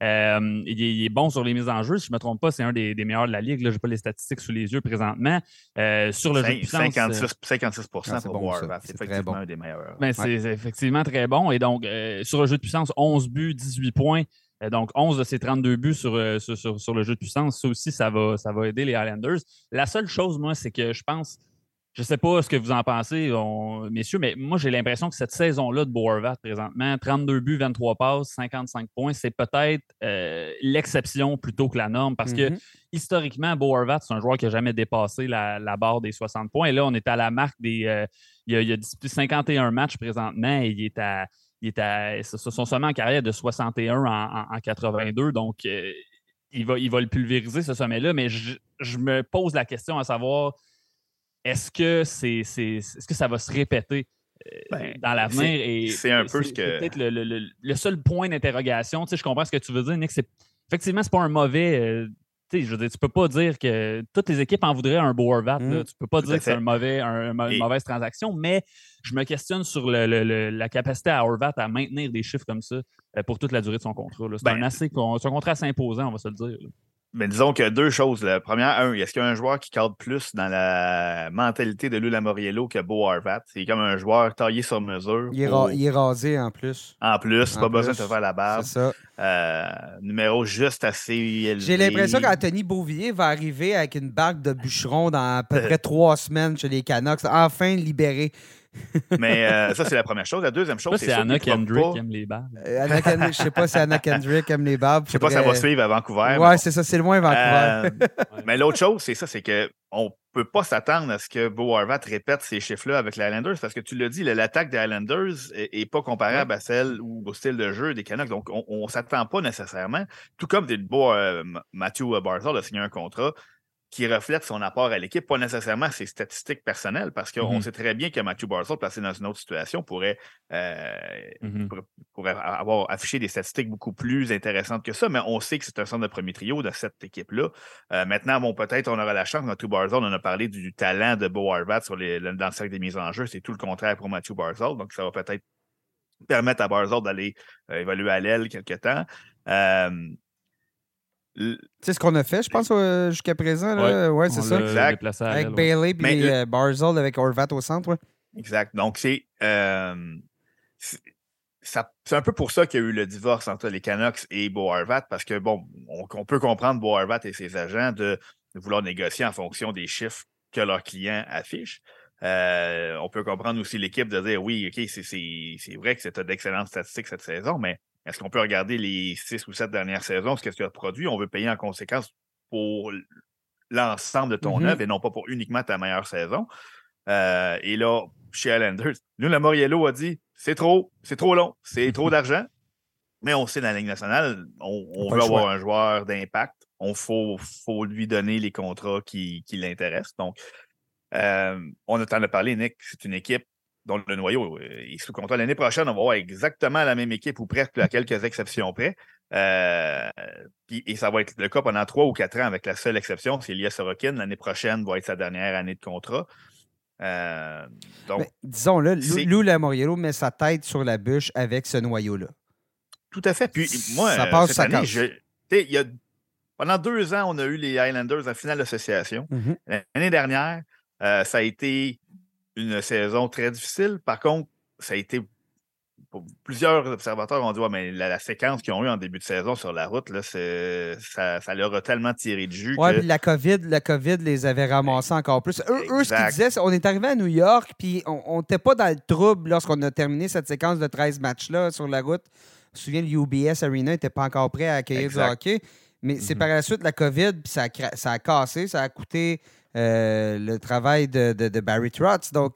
S3: Il est bon sur les mises en jeu. Si je ne me trompe pas, c'est un des meilleurs de la Ligue. Je n'ai pas les statistiques sous les yeux présentement. Sur le jeu de puissance...
S2: 56 pour Bo Horvat. C'est effectivement un des meilleurs.
S3: Ben, c'est effectivement très bon. Et donc, sur le jeu de puissance, 11 buts, 18 points. Donc, 11 de ces 32 buts sur le jeu de puissance. Ça aussi, ça va aider les Islanders. La seule chose, moi, c'est que je pense... Je ne sais pas ce que vous en pensez, messieurs, mais moi, j'ai l'impression que cette saison-là de Bo Horvat, présentement, 32 buts, 23 passes, 55 points, c'est peut-être l'exception plutôt que la norme parce que, historiquement, Bo Horvat, c'est un joueur qui n'a jamais dépassé la barre des 60 points. Et là, on est à la marque des... il a disputé 51 matchs présentement et il est son sommet en carrière de 61 en 82. Donc, il va le pulvériser, ce sommet-là. Mais je me pose la question à savoir... Est-ce que ça va se répéter dans l'avenir?
S2: C'est un peu ce que...
S3: C'est peut-être le seul point d'interrogation. Tu sais, je comprends ce que tu veux dire, Nick. Effectivement, ce n'est pas un mauvais je veux dire, tu peux pas dire que toutes les équipes en voudraient un Bo Horvat. Tu peux pas dire que c'est une mauvaise transaction, mais je me questionne sur la capacité à Horvat à maintenir des chiffres comme ça pour toute la durée de son contrat. C'est un contrat assez imposant, on va se le dire. Là.
S2: Mais disons qu'il y a deux choses. La première, est-ce qu'il y a un joueur qui cadre plus dans la mentalité de Lou Lamoriello que Bo Horvat? C'est comme un joueur taillé sur mesure.
S1: Il est rasé en plus.
S2: En plus, pas besoin de te faire la barbe.
S1: C'est ça.
S2: Numéro juste assez élevé.
S1: J'ai l'impression qu'Anthony Beauvillier va arriver avec une barque de bûcheron dans à peu près 3 semaines chez les Canucks, enfin libéré.
S2: Mais ça, c'est la première chose. La deuxième chose,
S3: c'est Anna Kendrick qui aime les barbes.
S1: Je sais pas si Anna Kendrick aime les barbes.
S2: Je sais pas si ça va suivre à Vancouver.
S1: Ouais, c'est ça, c'est loin Vancouver.
S2: Mais l'autre chose, c'est ça, c'est qu'on peut pas s'attendre à ce que Bo Horvat répète ces chiffres-là avec les Islanders, parce que tu l'as dit, l'attaque des Islanders est pas comparable à celle ou au style de jeu des Canucks. Donc, on s'attend pas nécessairement. Tout comme Matthew Barzal a signé un contrat qui reflète son apport à l'équipe, pas nécessairement ses statistiques personnelles, parce qu'on sait très bien que Matthew Barzal, placé dans une autre situation, pourrait avoir affiché des statistiques beaucoup plus intéressantes que ça, mais on sait que c'est un centre de premier trio de cette équipe-là. Maintenant, peut-être on aura la chance, Matthew Barzal, on a parlé du talent de Bo Horvat dans le cercle des mises en jeu, c'est tout le contraire pour Matthew Barzal, donc ça va peut-être permettre à Barzal d'aller évoluer à l'aile quelque temps.
S1: C'est ce qu'on a fait, je pense, jusqu'à présent. Là. Ouais, c'est ça.
S2: Exact.
S1: Avec Bailey et Barzal avec Horvat au centre. Ouais.
S2: Exact. Donc, c'est un peu pour ça qu'il y a eu le divorce entre les Canucks et Bo Horvat, parce que, on peut comprendre Bo Horvat et ses agents de vouloir négocier en fonction des chiffres que leurs clients affichent. On peut comprendre aussi l'équipe de dire, oui, OK, c'est vrai que c'était d'excellentes statistiques cette saison, mais est-ce qu'on peut regarder les 6 ou 7 dernières saisons, ce qu'il a produit? On veut payer en conséquence pour l'ensemble de ton œuvre et non pas pour uniquement ta meilleure saison. Et là, chez Islanders, nous, Lamoriello a dit c'est trop long, c'est trop d'argent, mais on sait dans la Ligue nationale, on veut avoir un joueur d'impact. Il faut lui donner les contrats qui l'intéressent. Donc, on a tant de parler, Nick, c'est une équipe dont le noyau est sous contrat. L'année prochaine, on va avoir exactement la même équipe ou presque, à quelques exceptions près. Et ça va être le cas pendant 3 ou 4 ans, avec la seule exception, c'est Ilya Sorokin. L'année prochaine va être sa dernière année de contrat. Donc,
S1: disons-le, Lou Lamoriello met sa tête sur la bûche avec ce noyau-là.
S2: Tout à fait. Puis moi,
S1: ça passe,
S2: cette année, pendant 2 ans, on a eu les Islanders en finale d'association. L'année dernière, ça a été une saison très difficile. Par contre, ça a été... Plusieurs observateurs ont dit mais la séquence qu'ils ont eue en début de saison sur la route, là, ça leur a tellement tiré de jus.
S1: Oui, puis la COVID les avait ramassés encore plus. Eux, ce qu'ils disaient, on est arrivé à New York, puis on n'était pas dans le trouble lorsqu'on a terminé cette séquence de 13 matchs-là sur la route. Je me souviens, le UBS Arena n'était pas encore prêt à accueillir du hockey. Mais c'est par la suite la COVID, puis ça a cassé, ça a coûté le travail de Barry Trotz. Donc,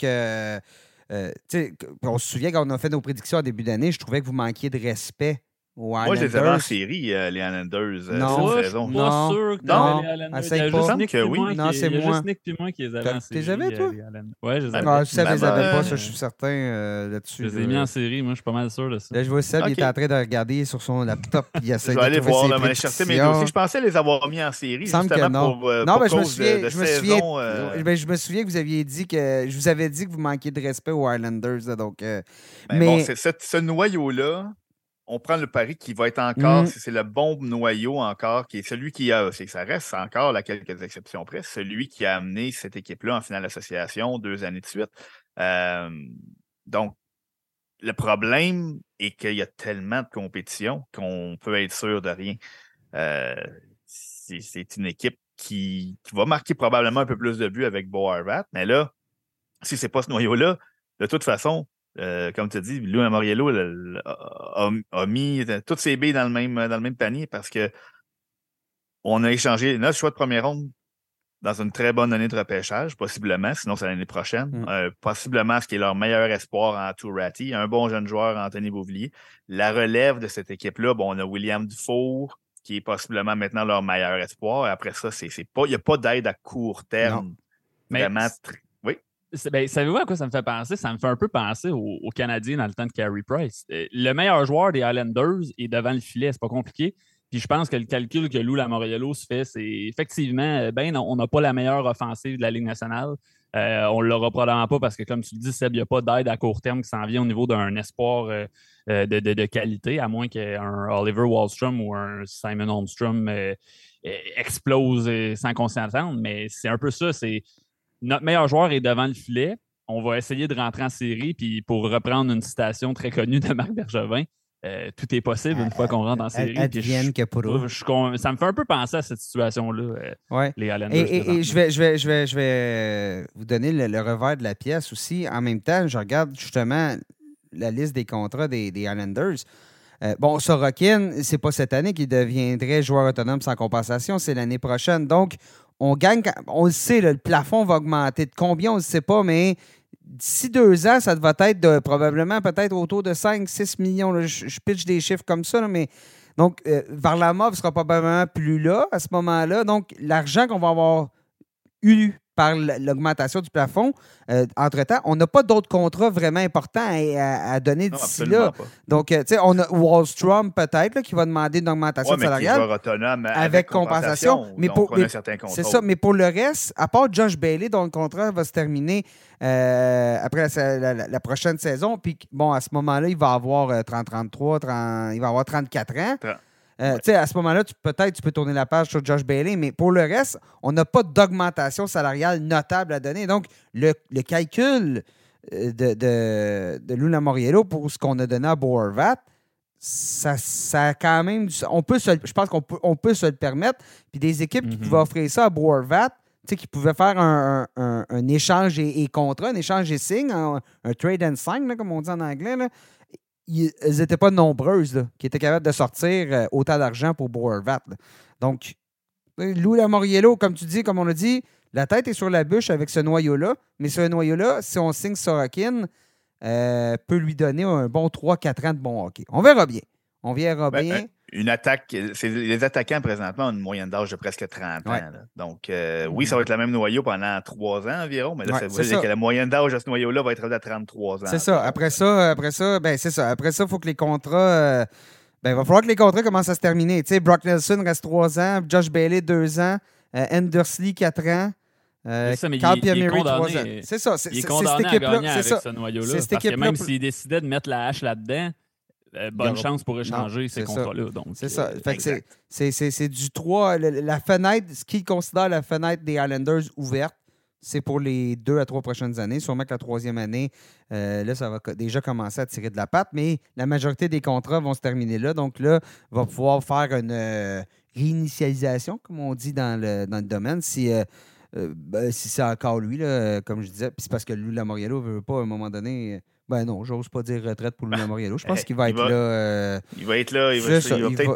S1: on se souvient quand on a fait nos prédictions en début d'année, je trouvais que vous manquiez de respect aux Islanders.
S2: Moi, je les avais en série, les Islanders, cette saison.
S3: Je suis pas sûr que
S1: non,
S3: les Islanders.
S1: essaye pas.
S3: Il y a
S1: c'est moi.
S3: juste Nick et moi qui les avais en série.
S1: Tu les avais, toi?
S3: Oui, je les avais.
S1: Si ça ne les avait pas, ça, je suis certain là-dessus.
S3: Je les ai mis en série, moi, je suis pas mal sûr de ça.
S1: Là, je vois Seb, il est en train de regarder sur son laptop, il essaie de
S2: aller
S1: trouver
S2: voir,
S1: ses
S2: chercher mes dossiers. Je pensais les avoir mis en série, justement, pour cause de saison.
S1: Je me souviens que vous aviez dit que... Je vous avais dit que vous manquiez de respect aux Islanders, donc...
S2: Mais bon, ce noyau-là, on prend le pari qui va être encore, c'est le bon noyau encore, qui est celui qui a, ça reste encore, à quelques exceptions près, celui qui a amené cette équipe-là en finale d'association 2 années de suite. Donc, le problème est qu'il y a tellement de compétition qu'on peut être sûr de rien. C'est une équipe qui va marquer probablement un peu plus de buts avec Bo Horvat, mais là, si c'est pas ce noyau-là, de toute façon, comme tu as dit, Lou Lamoriello a mis toutes ses billes dans le même panier parce que on a échangé notre choix de première ronde dans une très bonne année de repêchage, possiblement, sinon c'est l'année prochaine. Possiblement ce qui est leur meilleur espoir en Tourati, un bon jeune joueur, Anthony Beauvillier. La relève de cette équipe-là, on a William Dufour, qui est possiblement maintenant leur meilleur espoir. Et après ça, il n'y a pas d'aide à court terme. Vraiment oui.
S3: Savez-vous à quoi ça me fait penser? Ça me fait un peu penser aux Canadiens dans le temps de Carey Price. Le meilleur joueur des Islanders est devant le filet, c'est pas compliqué. Puis je pense que le calcul que Lou Lamoriello se fait, c'est effectivement, on n'a pas la meilleure offensive de la Ligue nationale. On ne l'aura probablement pas parce que, comme tu le dis, Seb, il n'y a pas d'aide à court terme qui s'en vient au niveau d'un espoir de qualité, à moins qu'un Oliver Wahlstrom ou un Simon Holmstrom explose sans qu'on s'y attende. Mais c'est un peu ça. C'est notre meilleur joueur est devant le filet. On va essayer de rentrer en série. Puis pour reprendre une citation très connue de Marc Bergevin, tout est possible une fois qu'on rentre en série. Ça me fait un peu penser à cette situation-là, les Islanders.
S1: Et je vais vous donner le revers de la pièce aussi. En même temps, je regarde justement la liste des contrats des Islanders. Sorokin, c'est pas cette année qu'il deviendrait joueur autonome sans compensation, c'est l'année prochaine. Donc, on gagne, on le sait, le plafond va augmenter. De combien, on ne sait pas, mais d'ici 2 ans, ça va être probablement peut-être autour de 5-6 millions. Là. Je pitch des chiffres comme ça, là, mais donc Varlamov sera probablement plus là à ce moment-là. Donc, l'argent qu'on va avoir eu par l'augmentation du plafond, entre-temps, on n'a pas d'autres contrats vraiment importants à donner d'ici là. Pas. Donc, tu sais, on a Wahlstrom peut-être qui va demander une augmentation salariale.
S2: Qui est autonome
S1: avec compensation.
S2: Mais
S1: c'est ça, mais pour le reste, à part Josh Bailey, dont le contrat va se terminer après la prochaine saison, puis bon, à ce moment-là, il va avoir il va avoir 34 ans. À ce moment-là, tu peux tourner la page sur Josh Bailey, mais pour le reste, on n'a pas d'augmentation salariale notable à donner. Donc, le calcul de Lou Lamoriello pour ce qu'on a donné à Bo Horvat, ça a quand même... je pense qu'on peut se le permettre. Puis des équipes qui pouvaient offrir ça à Bo Horvat, qui pouvaient faire un échange et contrat, un échange et signe, un trade and sign, là, comme on dit en anglais, là. Elles n'étaient pas nombreuses là, qui étaient capables de sortir autant d'argent pour Bo Horvat. Donc, Lou Lamoriello, comme tu dis, comme on l'a dit, la tête est sur la bûche avec ce noyau-là. Mais ce noyau-là, si on signe Sorokin, peut lui donner un bon 3-4 ans de bon hockey. On verra bien. Bien.
S2: Une attaque, les attaquants présentement ont une moyenne d'âge de presque 30 ans. Là. Donc, oui, ça va être le même noyau pendant 3 ans environ, mais là, ça veut dire que la moyenne d'âge de ce noyau-là va être à 33 ans.
S1: C'est ça. Après ça, c'est ça. Après ça, il faut que les contrats... il va falloir que les contrats commencent à se terminer. Tu sais, Brock Nelson reste 3 ans, Josh Bailey 2 ans, Andersley 4 ans.
S3: Carl Palmieri 3 ans.
S1: C'est ça.
S3: Il est condamné à gagner avec ce noyau-là. Parce que même s'il décidait de mettre la hache là-dedans, bonne chance pour échanger ces contrats-là.
S1: C'est ça. C'est du 3. La fenêtre, ce qu'ils considèrent la fenêtre des Islanders ouverte, c'est pour les 2 à 3 prochaines années. Sûrement que la 3e année, là, ça va déjà commencer à tirer de la patte, mais la majorité des contrats vont se terminer là. Donc là, on va pouvoir faire une réinitialisation, comme on dit dans le domaine, si c'est encore lui, là, comme je disais. Puis c'est parce que Lou Lamoriello ne veut pas, à un moment donné... non, j'ose pas dire retraite pour Lou Lamoriello. Je pense qu'il va être là.
S2: Il va être là. Il va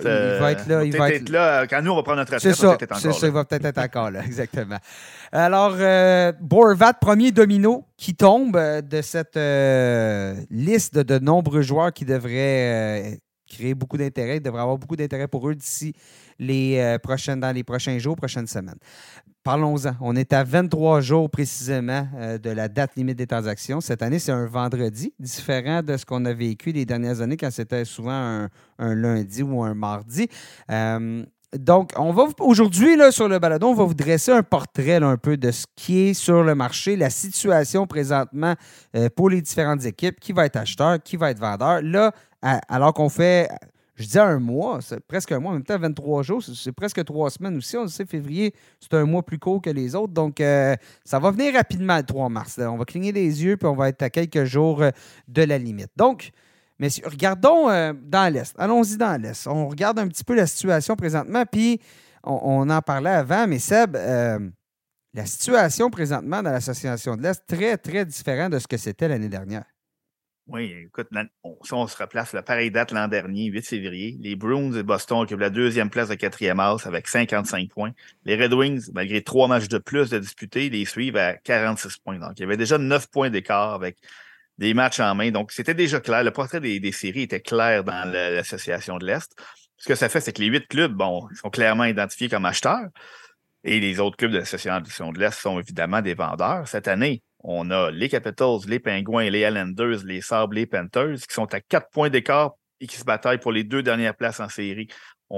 S2: être là. Quand nous, on va prendre notre retraite,
S1: il va peut-être être encore là, exactement. Alors, Bo Horvat, premier domino qui tombe de cette liste de nombreux joueurs qui devraient créer beaucoup d'intérêt. Il devrait avoir beaucoup d'intérêt pour eux d'ici dans les prochains jours, prochaines semaines. Parlons-en. On est à 23 jours précisément de la date limite des transactions. Cette année, c'est un vendredi, différent de ce qu'on a vécu les dernières années quand c'était souvent un lundi ou un mardi. Donc, aujourd'hui, là, sur le balado, on va vous dresser un portrait là, un peu de ce qui est sur le marché, la situation présentement pour les différentes équipes, qui va être acheteur, qui va être vendeur. Là, alors qu'on fait... Je dis un mois, c'est presque un mois. En même temps, 23 jours, c'est presque 3 semaines aussi. On le sait, février, c'est un mois plus court que les autres. Donc, ça va venir rapidement le 3 mars. Là. On va cligner les yeux puis on va être à quelques jours de la limite. Donc, messieurs, regardons dans l'Est. Allons-y dans l'Est. On regarde un petit peu la situation présentement. Puis, on en parlait avant, mais Seb, la situation présentement dans l'Association de l'Est, très, très différente de ce que c'était l'année dernière.
S2: Oui, écoute, si on se replace, la pareille date l'an dernier, 8 février, les Bruins et Boston occupent la 2e place de 4e house avec 55 points. Les Red Wings, malgré 3 matchs de plus de disputés, les suivent à 46 points. Donc, il y avait déjà 9 points d'écart avec des matchs en main. Donc, c'était déjà clair. Le portrait des séries était clair dans l'Association de l'Est. Ce que ça fait, c'est que les 8 clubs, ils sont clairement identifiés comme acheteurs. Et les autres clubs de l'Association de l'Est sont évidemment des vendeurs. Cette année, on a les Capitals, les Penguins, les Islanders, les Sabres, les Panthers qui sont à 4 points d'écart et qui se bataillent pour les 2 dernières places en série.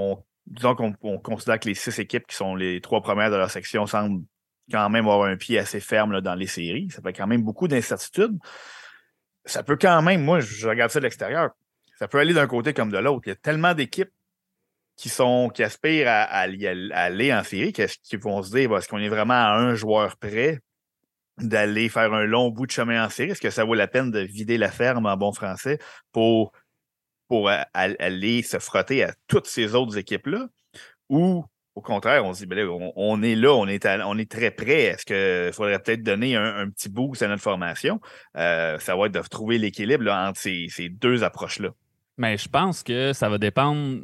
S2: disons qu'on considère que les 6 équipes qui sont les 3 premières de leur section semblent quand même avoir un pied assez ferme là, dans les séries. Ça fait quand même beaucoup d'incertitudes. Ça peut quand même, moi, je regarde ça de l'extérieur, ça peut aller d'un côté comme de l'autre. Il y a tellement d'équipes qui aspirent à aller en série qui vont se dire, est-ce qu'on est vraiment à un joueur près d'aller faire un long bout de chemin en série? Est-ce que ça vaut la peine de vider la ferme en bon français pour aller se frotter à toutes ces autres équipes-là? Ou au contraire, on se dit, on est là, on est très près. Est-ce qu'il faudrait peut-être donner un petit boost à notre formation? Ça va être de trouver l'équilibre là, entre ces deux approches-là.
S3: Mais je pense que ça va dépendre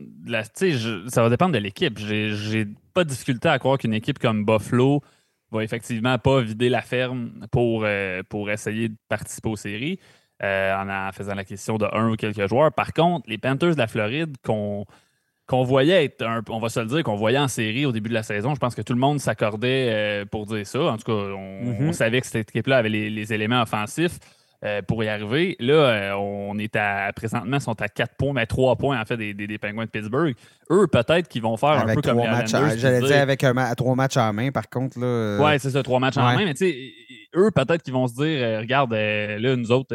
S3: ça va dépendre de l'équipe. J'ai pas de difficulté à croire qu'une équipe comme Buffalo va effectivement pas vider la ferme pour essayer de participer aux séries en faisant l'acquisition de un ou quelques joueurs. Par contre, les Panthers de la Floride qu'on voyait être, on va se le dire, qu'on voyait en série au début de la saison, je pense que tout le monde s'accordait pour dire ça. En tout cas, on savait que cette équipe-là avait les éléments offensifs. Pour y arriver. Là, on est présentement, ils sont à 4 points, mais 3 points en fait des Penguins de Pittsburgh. Eux, peut-être qu'ils vont faire
S1: avec
S3: un peu comme les Islanders.
S1: J'allais dire avec 3 matchs en main, par contre.
S3: Oui, c'est ça, 3 matchs en main. Mais tu sais, eux, peut-être qu'ils vont se dire, regarde, là, nous autres,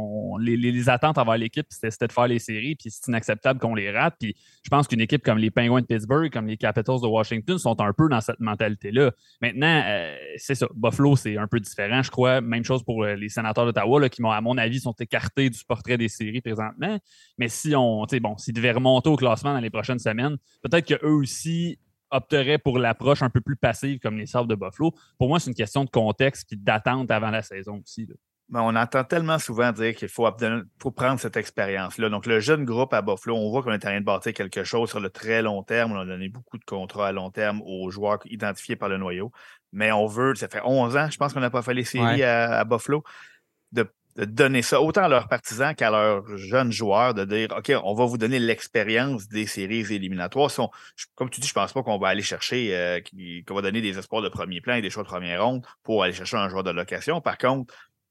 S3: les attentes envers l'équipe, c'était de faire les séries, puis c'est inacceptable qu'on les rate. Puis je pense qu'une équipe comme les Penguins de Pittsburgh, comme les Capitals de Washington, sont un peu dans cette mentalité-là. Maintenant, c'est ça. Buffalo, c'est un peu différent, je crois. Même chose pour les Sénateurs d'Ottawa, là, qui, à mon avis, sont écartés du portrait des séries présentement. Mais s'ils devaient remonter au classement dans les prochaines semaines, peut-être qu'eux aussi opteraient pour l'approche un peu plus passive comme les Sabres de Buffalo. Pour moi, c'est une question de contexte et d'attente avant la saison aussi.
S2: Mais on entend tellement souvent dire qu'il faut prendre cette expérience-là. Donc, le jeune groupe à Buffalo, on voit qu'on est en train de bâtir quelque chose sur le très long terme. On a donné beaucoup de contrats à long terme aux joueurs identifiés par le noyau. Mais ça fait 11 ans, je pense qu'on n'a pas fait les séries à Buffalo, de donner ça autant à leurs partisans qu'à leurs jeunes joueurs, de dire, OK, on va vous donner l'expérience des séries éliminatoires. Comme tu dis, je pense pas qu'on va aller chercher, qu'on va donner des espoirs de premier plan et des choix de première ronde pour aller chercher un joueur de location. Par contre,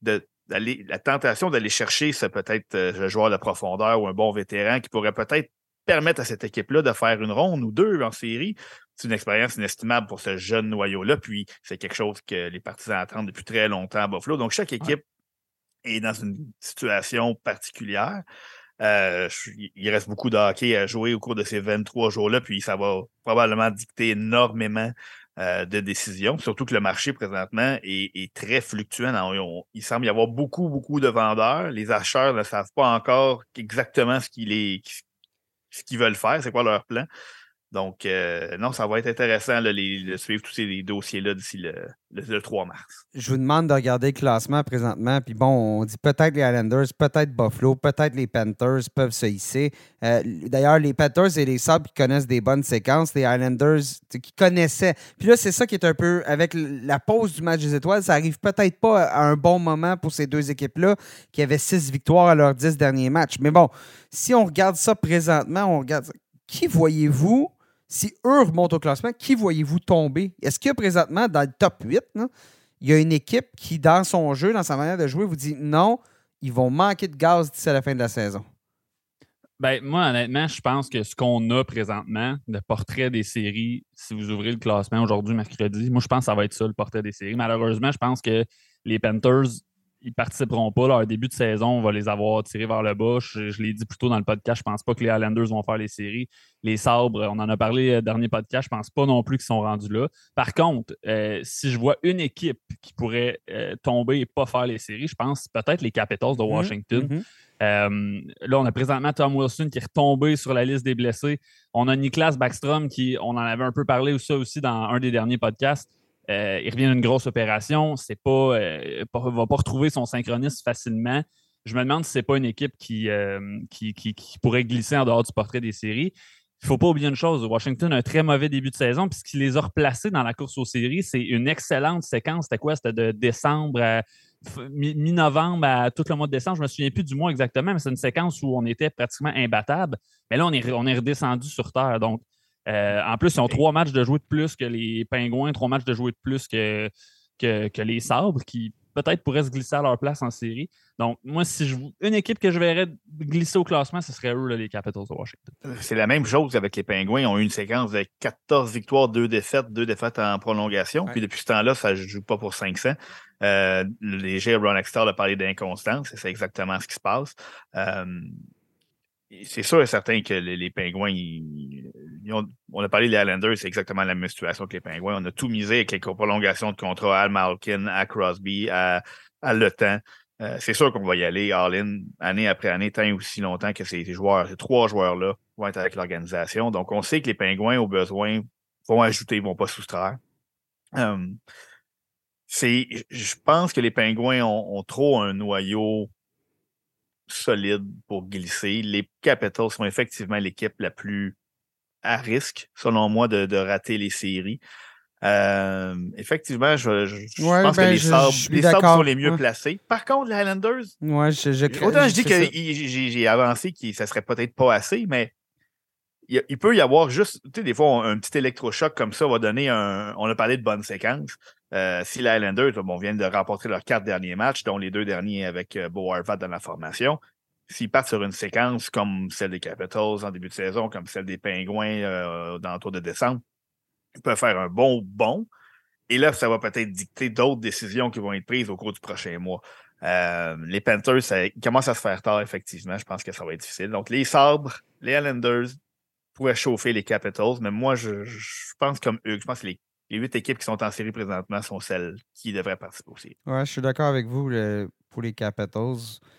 S2: la tentation d'aller chercher peut-être le joueur de profondeur ou un bon vétéran qui pourrait peut-être permettre à cette équipe-là de faire une ronde ou deux en série, c'est une expérience inestimable pour ce jeune noyau-là. Puis, c'est quelque chose que les partisans attendent depuis très longtemps à Buffalo. Donc, chaque équipe est dans une situation particulière. Il reste beaucoup de hockey à jouer au cours de ces 23 jours-là, puis ça va probablement dicter énormément de décisions. Surtout que le marché, présentement, est très fluctuant. Il semble y avoir beaucoup, beaucoup de vendeurs. Les acheteurs ne savent pas encore exactement ce qu'ils veulent faire, c'est quoi leur plan. Donc, non, ça va être intéressant de suivre tous ces dossiers-là d'ici le 3 mars.
S1: Je vous demande de regarder le classement présentement. Puis bon, on dit peut-être les Islanders, peut-être Buffalo, peut-être les Panthers peuvent se hisser. D'ailleurs, les Panthers et les Sabres qui connaissent des bonnes séquences, les Islanders qui connaissaient. Puis là, c'est ça qui est un peu, avec la pause du match des étoiles, ça arrive peut-être pas à un bon moment pour ces deux équipes-là qui avaient 6 victoires à leurs 10 derniers matchs. Mais bon, si on regarde ça présentement, qui voyez-vous? Si eux remontent au classement, qui voyez-vous tomber? Est-ce que présentement, dans le top 8, là, il y a une équipe qui, dans son jeu, dans sa manière de jouer, vous dit non, ils vont manquer de gaz d'ici à la fin de la saison?
S3: Ben, moi, honnêtement, je pense que ce qu'on a présentement, le portrait des séries, si vous ouvrez le classement aujourd'hui, mercredi, moi, je pense que ça va être ça, le portrait des séries. Malheureusement, je pense que les Panthers, ils ne participeront pas. Leur début de saison, on va les avoir tirés vers le bas. Je l'ai dit plus tôt dans le podcast, je ne pense pas que les Islanders vont faire les séries. Les Sabres, on en a parlé dernier podcast, je ne pense pas non plus qu'ils sont rendus là. Par contre, si je vois une équipe qui pourrait tomber et ne pas faire les séries, je pense peut-être les Capitals de Washington. Là, on a présentement Tom Wilson qui est retombé sur la liste des blessés. On a Niklas Backstrom on en avait un peu parlé aussi dans un des derniers podcasts. Il revient d'une grosse opération. Il ne va pas retrouver son synchronisme facilement. Je me demande si ce n'est pas une équipe qui pourrait glisser en dehors du portrait des séries. Il ne faut pas oublier une chose. Washington a un très mauvais début de saison. Puis ce qui les a replacés dans la course aux séries, c'est une excellente séquence. C'était quoi? C'était de décembre à mi-novembre à tout le mois de décembre. Je ne me souviens plus du mois exactement, mais c'est une séquence où on était pratiquement imbattable. Mais là, on est redescendu sur terre. Donc, en plus, ils ont 3 matchs de jouer de plus que les Pingouins, 3 matchs de jouer de plus que les Sabres, qui peut-être pourraient se glisser à leur place en série. Donc, moi, une équipe que je verrais glisser au classement, ce serait eux, là, les Capitals de Washington.
S2: C'est la même chose avec les Pingouins. Ils ont eu une séquence de 14 victoires, 2 défaites en prolongation. Ouais. Puis depuis ce temps-là, ça ne joue pas pour 500. Les G. Ron Extall a parlé d'inconstance. C'est exactement ce qui se passe. C'est sûr et certain que les Pingouins, on a parlé des Islanders, c'est exactement la même situation que les Pingouins. On a tout misé avec les prolongations de contrat à Malkin, à Crosby, à Le Temps. C'est sûr qu'on va y aller all-in année après année, tant aussi longtemps que ces 3 joueurs-là vont être avec l'organisation. Donc, on sait que les Pingouins, au besoin, vont ajouter, ne vont pas soustraire. Je pense que les Pingouins ont trop un noyau solide pour glisser. Les Capitals sont effectivement l'équipe la plus à risque, selon moi, de rater les séries. Effectivement, je pense que les Sabres sont les mieux placés. Par contre, les Highlanders, autant je dis que j'ai avancé que ça serait peut-être pas assez, mais il peut y avoir juste, tu sais, des fois, un petit électrochoc comme ça va donner on a parlé de bonnes séquences. Si les Highlanders viennent de remporter leurs 4 derniers matchs, dont les 2 derniers avec Bo Horvat dans la formation, s'ils partent sur une séquence comme celle des Capitals en début de saison, comme celle des Pingouins dans le tour de décembre, ils peuvent faire un bon bond. Et là, ça va peut-être dicter d'autres décisions qui vont être prises au cours du prochain mois. Les Panthers, ils commencent à se faire tard, effectivement. Je pense que ça va être difficile. Donc, les Sabres, les Islanders pourraient chauffer les Capitals, mais moi, je pense comme eux. Je pense que les 8 équipes qui sont en série présentement sont celles qui devraient participer aussi.
S1: Ouais, je suis d'accord avec vous pour les Capitals.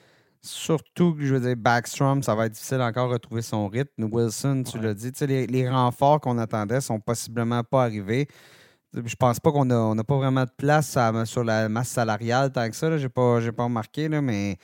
S1: Surtout que, je veux dire, Backstrom, ça va être difficile encore de retrouver son rythme. Wilson, tu l'as dit. Les renforts qu'on attendait sont possiblement pas arrivés. Je pense pas qu'on n'a pas vraiment de place sur la masse salariale tant que ça. J'ai pas remarqué, là, mais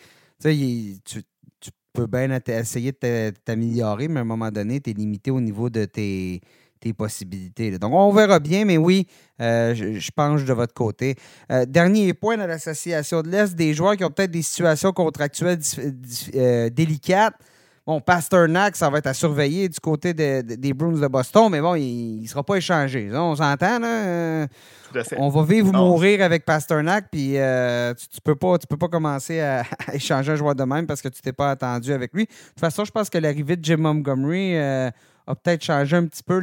S1: tu peux bien essayer de t'améliorer, mais à un moment donné, tu es limité au niveau de tes possibilités. Là. Donc, on verra bien, mais oui, je penche de votre côté. Dernier point dans l'association de l'Est, des joueurs qui ont peut-être des situations contractuelles délicates. Bon, Pasternak, ça va être à surveiller du côté des Bruins de Boston, mais bon, il ne sera pas échangé. Là, on s'entend, là?
S2: Tout à fait.
S1: On va vivre ou mourir avec Pasternak, puis tu peux pas commencer à échanger un joueur de même parce que tu t'es pas attendu avec lui. De toute façon, je pense que l'arrivée de Jim Montgomery a peut-être changé un petit peu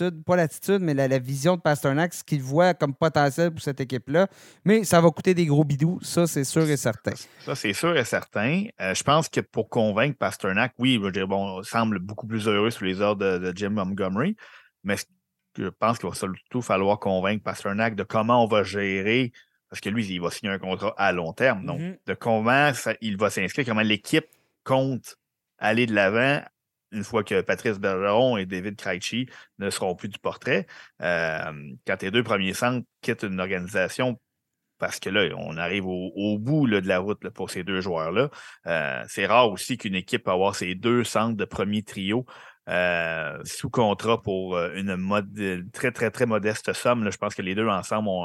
S1: mais la vision de Pasternak, ce qu'il voit comme potentiel pour cette équipe-là. Mais ça va coûter des gros bidous, ça, c'est sûr et certain.
S2: Ça, c'est sûr et certain. Je pense que pour convaincre Pasternak, oui, on semble beaucoup plus heureux sous les ordres de Jim Montgomery, mais je pense qu'il va surtout falloir convaincre Pasternak de comment on va gérer, parce que lui, il va signer un contrat à long terme. Donc, de comment il va s'inscrire, comment l'équipe compte aller de l'avant une fois que Patrice Bergeron et David Krejci ne seront plus du portrait. Quand tes 2 premiers centres quittent une organisation, parce que là, on arrive au bout là, de la route là, pour ces 2 joueurs-là. C'est rare aussi qu'une équipe ait avoir ces 2 centres de premier trio sous contrat pour une très, très, très modeste somme. Là, je pense que les 2 ensemble ont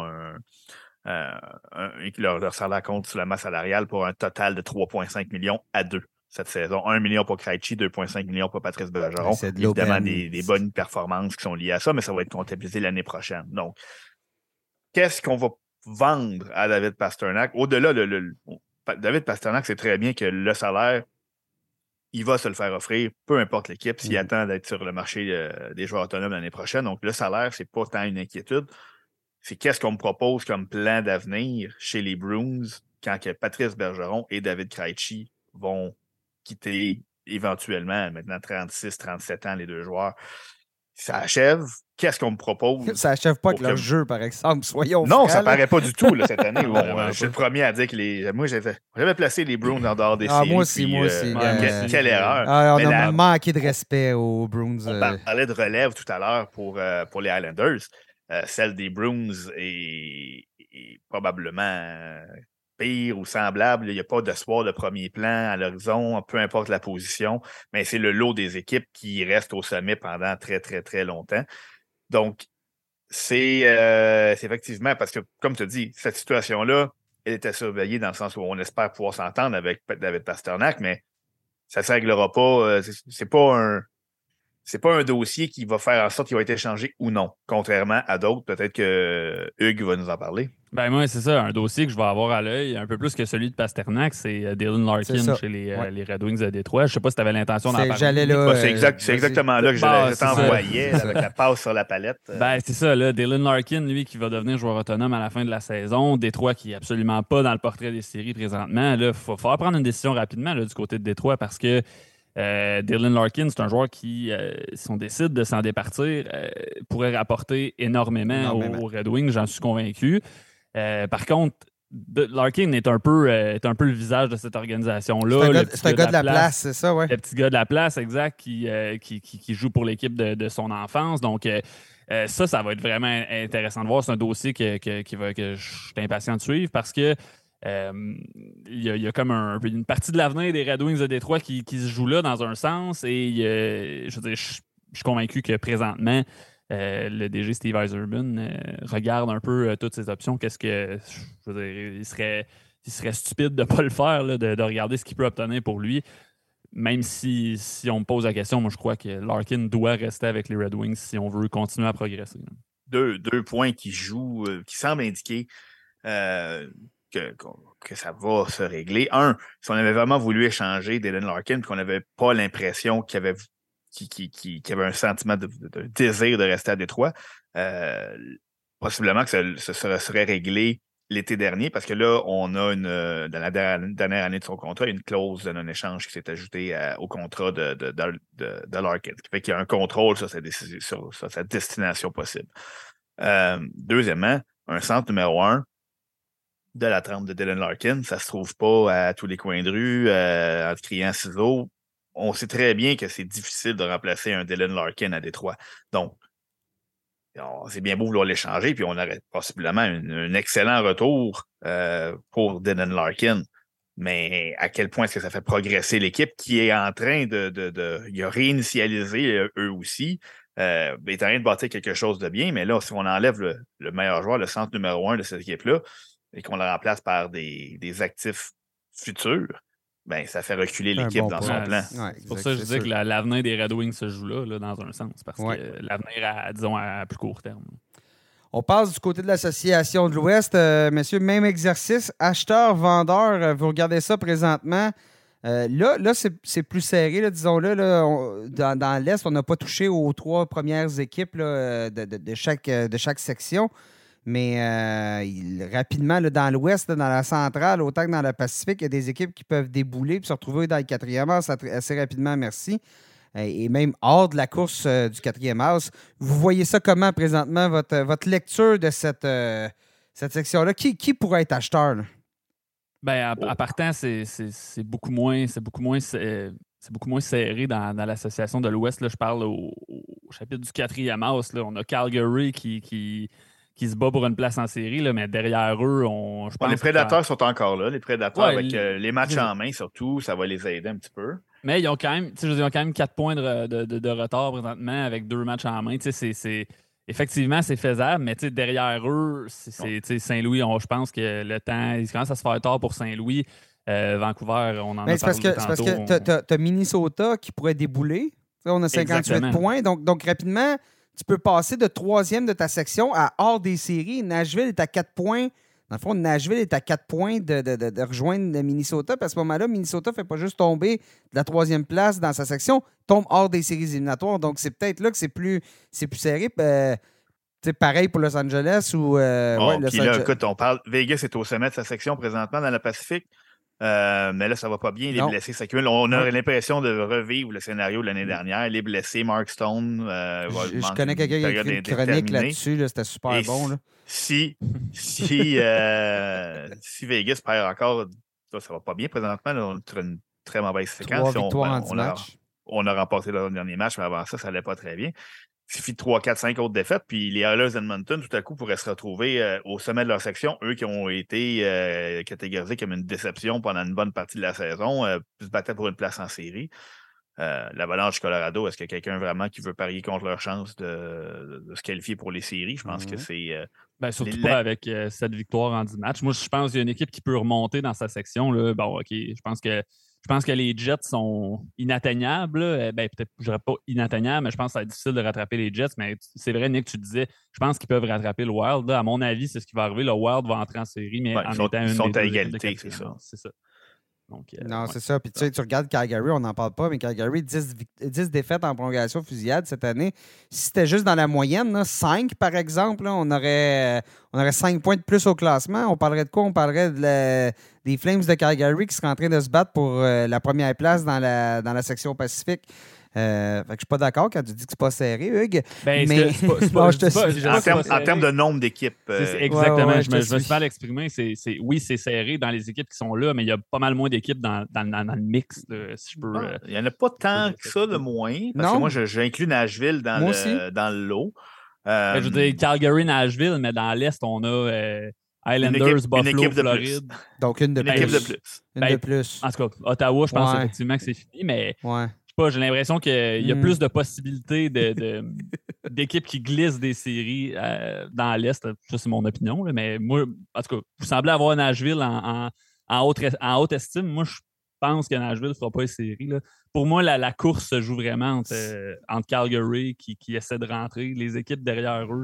S2: leur salaire compte sur la masse salariale pour un total de 3,5 millions à 2 cette saison. 1 million pour Krejci, 2,5 millions pour Patrice Bergeron. Évidemment, des bonnes performances qui sont liées à ça, mais ça va être comptabilisé l'année prochaine. Donc, qu'est-ce qu'on va vendre à David Pasternak? Au-delà David Pasternak, c'est très bien que le salaire, il va se le faire offrir, peu importe l'équipe, s'il attend d'être sur le marché des joueurs autonomes l'année prochaine. Donc, le salaire, c'est pas tant une inquiétude. C'est qu'est-ce qu'on me propose comme plan d'avenir chez les Bruins quand que Patrice Bergeron et David Krejci vont quitter éventuellement, maintenant 36, 37 ans, les 2 joueurs. Ça achève. Qu'est-ce qu'on me propose?
S1: Ça achève pas avec leur jeu, par exemple. Soyons
S2: non,
S1: francs,
S2: ça paraît pas du tout là, cette année. Je suis le premier à dire que moi, j'avais placé les Bruins en dehors des séries.
S1: Moi aussi.
S2: Quelle erreur.
S1: On a manqué de respect aux Bruins.
S2: On parlait de relève tout à l'heure pour les Highlanders. Celle des Bruins est probablement pire ou semblable. Il n'y a pas d'espoir de premier plan à l'horizon, peu importe la position, mais c'est le lot des équipes qui restent au sommet pendant très, très, très longtemps. Donc, c'est effectivement parce que, comme tu dis, cette situation-là, elle était surveillée dans le sens où on espère pouvoir s'entendre avec David Pasternak, mais ça ne se réglera pas. C'est pas c'est pas un dossier qui va faire en sorte qu'il va être échangé ou non, contrairement à d'autres. Peut-être que Hugues va nous en parler.
S3: Ben moi, c'est ça, un dossier que je vais avoir à l'œil, un peu plus que celui de Pasternak, c'est Dylan Larkin chez les Red Wings de Détroit. Je sais pas si tu avais l'intention d'en parler.
S1: J'allais là.
S2: C'est exactement là que je t'envoyais avec la passe sur la palette.
S3: Ben c'est ça, là, Dylan Larkin, lui, qui va devenir joueur autonome à la fin de la saison. Détroit qui est absolument pas dans le portrait des séries présentement. Là, il faut falloir prendre une décision rapidement là, du côté de Détroit parce que Dylan Larkin, c'est un joueur qui, si on décide de s'en départir, pourrait rapporter énormément aux Red Wings, j'en suis convaincu. Par contre, Larkin est un peu le visage de cette organisation-là.
S1: C'est un gars de la place, c'est ça, ouais.
S3: Le petit gars de la place, exact, qui joue pour l'équipe de son enfance. Donc, ça va être vraiment intéressant de voir. C'est un dossier que je suis impatient de suivre parce que il y a comme une partie de l'avenir des Red Wings de Détroit qui se joue là dans un sens. Et je suis convaincu que présentement, le DG Steve Yzerman regarde un peu toutes ces options. Qu'est-ce que je veux dire, il serait stupide de ne pas le faire, là, de regarder ce qu'il peut obtenir pour lui. Même si on me pose la question, moi je crois que Larkin doit rester avec les Red Wings si on veut continuer à progresser.
S2: Deux points qui jouent, qui semblent indiquer que ça va se régler. Un, si on avait vraiment voulu échanger Dylan Larkin et qu'on n'avait pas l'impression qu'il avait un sentiment de désir de rester à Détroit, possiblement que ça serait réglé l'été dernier, parce que là, on a dans la dernière année de son contrat, une clause de non-échange qui s'est ajoutée au contrat de Larkin, ce qui fait qu'il y a un contrôle sur sa destination possible. Deuxièmement, un centre numéro 1 de la trempe de Dylan Larkin, ça se trouve pas à tous les coins de rue, en criant ciseaux. On sait très bien que c'est difficile de remplacer un Dylan Larkin à Détroit. Donc, c'est bien beau vouloir l'échanger, puis on aurait possiblement un excellent retour pour Dylan Larkin. Mais à quel point est-ce que ça fait progresser l'équipe qui est en train il a réinitialisé eux aussi, est en train de bâtir quelque chose de bien, mais là, si on enlève le meilleur joueur, le centre numéro 1 de cette équipe-là, et qu'on le remplace par des actifs futurs, ben, ça fait reculer l'équipe dans son plan.
S3: Ouais, c'est pour ça que je disais que l'avenir des Red Wings se joue là, dans un sens, parce que l'avenir, disons, à plus court terme.
S1: On passe du côté de l'Association de l'Ouest. Messieurs, même exercice. Acheteur, vendeur, vous regardez ça présentement. Là c'est plus serré, là, disons-le. Là, dans l'Est, on n'a pas touché aux 3 premières équipes là, de chaque section. Mais rapidement, là, dans l'Ouest, dans la centrale, autant que dans le Pacifique, il y a des équipes qui peuvent débouler et se retrouver dans le 4e house assez rapidement, merci. Et même hors de la course du 4e house. Vous voyez ça comment présentement, votre lecture de cette section-là? Qui pourrait être acheteur? Là?
S3: Ben, à partant, c'est beaucoup moins serré dans l'association de l'Ouest. Là, je parle au chapitre du 4e house. Là. On a Calgary qui se bat pour une place en série, là, mais derrière eux, je pense
S2: les Prédateurs sont encore là. Les Prédateurs, avec les matchs en main, surtout, ça va les aider un petit peu.
S3: Mais ils ont quand même 4 points de retard présentement avec 2 matchs en main. Effectivement, c'est faisable, mais derrière eux, c'est Saint-Louis. Je pense que le temps, il commence à se faire tard pour Saint-Louis. Vancouver, on en a parlé tantôt.
S1: C'est parce que tu as Minnesota qui pourrait débouler. T'sais, on a 58 points. Donc, rapidement, tu peux passer de 3e de ta section à hors des séries. Nashville est à 4 points. Dans le fond, Nashville est à 4 points de rejoindre Minnesota. Puis à ce moment-là, Minnesota ne fait pas juste tomber de la 3e place dans sa section, tombe hors des séries éliminatoires. Donc, c'est peut-être là que c'est plus serré. Pareil pour Los Angeles ou...
S2: écoute, on parle... Vegas est au sommet de sa section présentement dans le Pacifique. Mais là, ça va pas bien. Les blessés s'accumulent. On a l'impression de revivre le scénario de l'année dernière. Les blessés, Mark Stone.
S1: Je connais quelqu'un qui a écrit une chronique là-dessus. Là, c'était super bon. Là.
S2: Si Vegas perd encore, ça va pas bien présentement. Là, on a une très mauvaise séquence.
S1: 3 victoires en 10 matchs.
S2: On a remporté le dernier match, mais avant ça n'allait pas très bien. Il suffit de 3, 4, 5 autres défaites, puis les Oilers d'Edmonton, tout à coup, pourraient se retrouver au sommet de leur section. Eux qui ont été catégorisés comme une déception pendant une bonne partie de la saison, se battaient pour une place en série. L'Avalanche du Colorado, est-ce qu'il y a quelqu'un vraiment qui veut parier contre leur chance de se qualifier pour les séries? Je pense que c'est...
S3: surtout pas avec 7 victoires en 10 matchs. Moi, je pense qu'il y a une équipe qui peut remonter dans sa section. Là. Bon, OK, je pense que Je pense que les Jets sont inatteignables. Peut-être, je dirais pas inatteignables, mais je pense que ça va être difficile de rattraper les Jets. Mais c'est vrai, Nick, tu disais, je pense qu'ils peuvent rattraper le Wild. Là, à mon avis, c'est ce qui va arriver. Le Wild va entrer en série, mais en étant
S2: ils sont
S3: des
S2: à
S3: deux
S2: égalité,
S3: c'est ça. C'est ça. Donc,
S1: non, c'est ça. Puis tu sais, tu regardes Calgary, on n'en parle pas, mais Calgary, 10 défaites en prolongation fusillade cette année. Si c'était juste dans la moyenne, là, 5 par exemple, là, on aurait 5 points de plus au classement. On parlerait de quoi? On parlerait des Flames de Calgary qui seraient en train de se battre pour la première place dans la section Pacifique. Fait que je suis pas d'accord quand tu dis que c'est pas serré, Hugues.
S3: Mais
S2: en termes de nombre d'équipes.
S3: Exactement, je me suis mal exprimé. Oui, c'est serré dans les équipes qui sont là, mais il y a pas mal moins d'équipes dans le mix, si je peux.
S2: Il n'y en a pas tant que ça de moins. Parce que moi, j'inclus Nashville dans le lot.
S3: Je veux dire Calgary, Nashville, mais dans l'Est, on a Islanders, Buffalo, Floride.
S1: Donc une de plus. Une de plus.
S3: En tout cas, Ottawa, je pense effectivement que c'est fini, mais.
S1: Ouais.
S3: J'ai l'impression qu'il y a plus de possibilités d'équipes qui glissent des séries dans l'Est. Ça, c'est mon opinion. Là, mais moi, en tout cas, vous semblez avoir Nashville en haute estime. Moi, je pense que Nashville ne fera pas une série. Là. Pour moi, la course se joue vraiment entre Calgary qui essaie de rentrer. Les équipes derrière eux,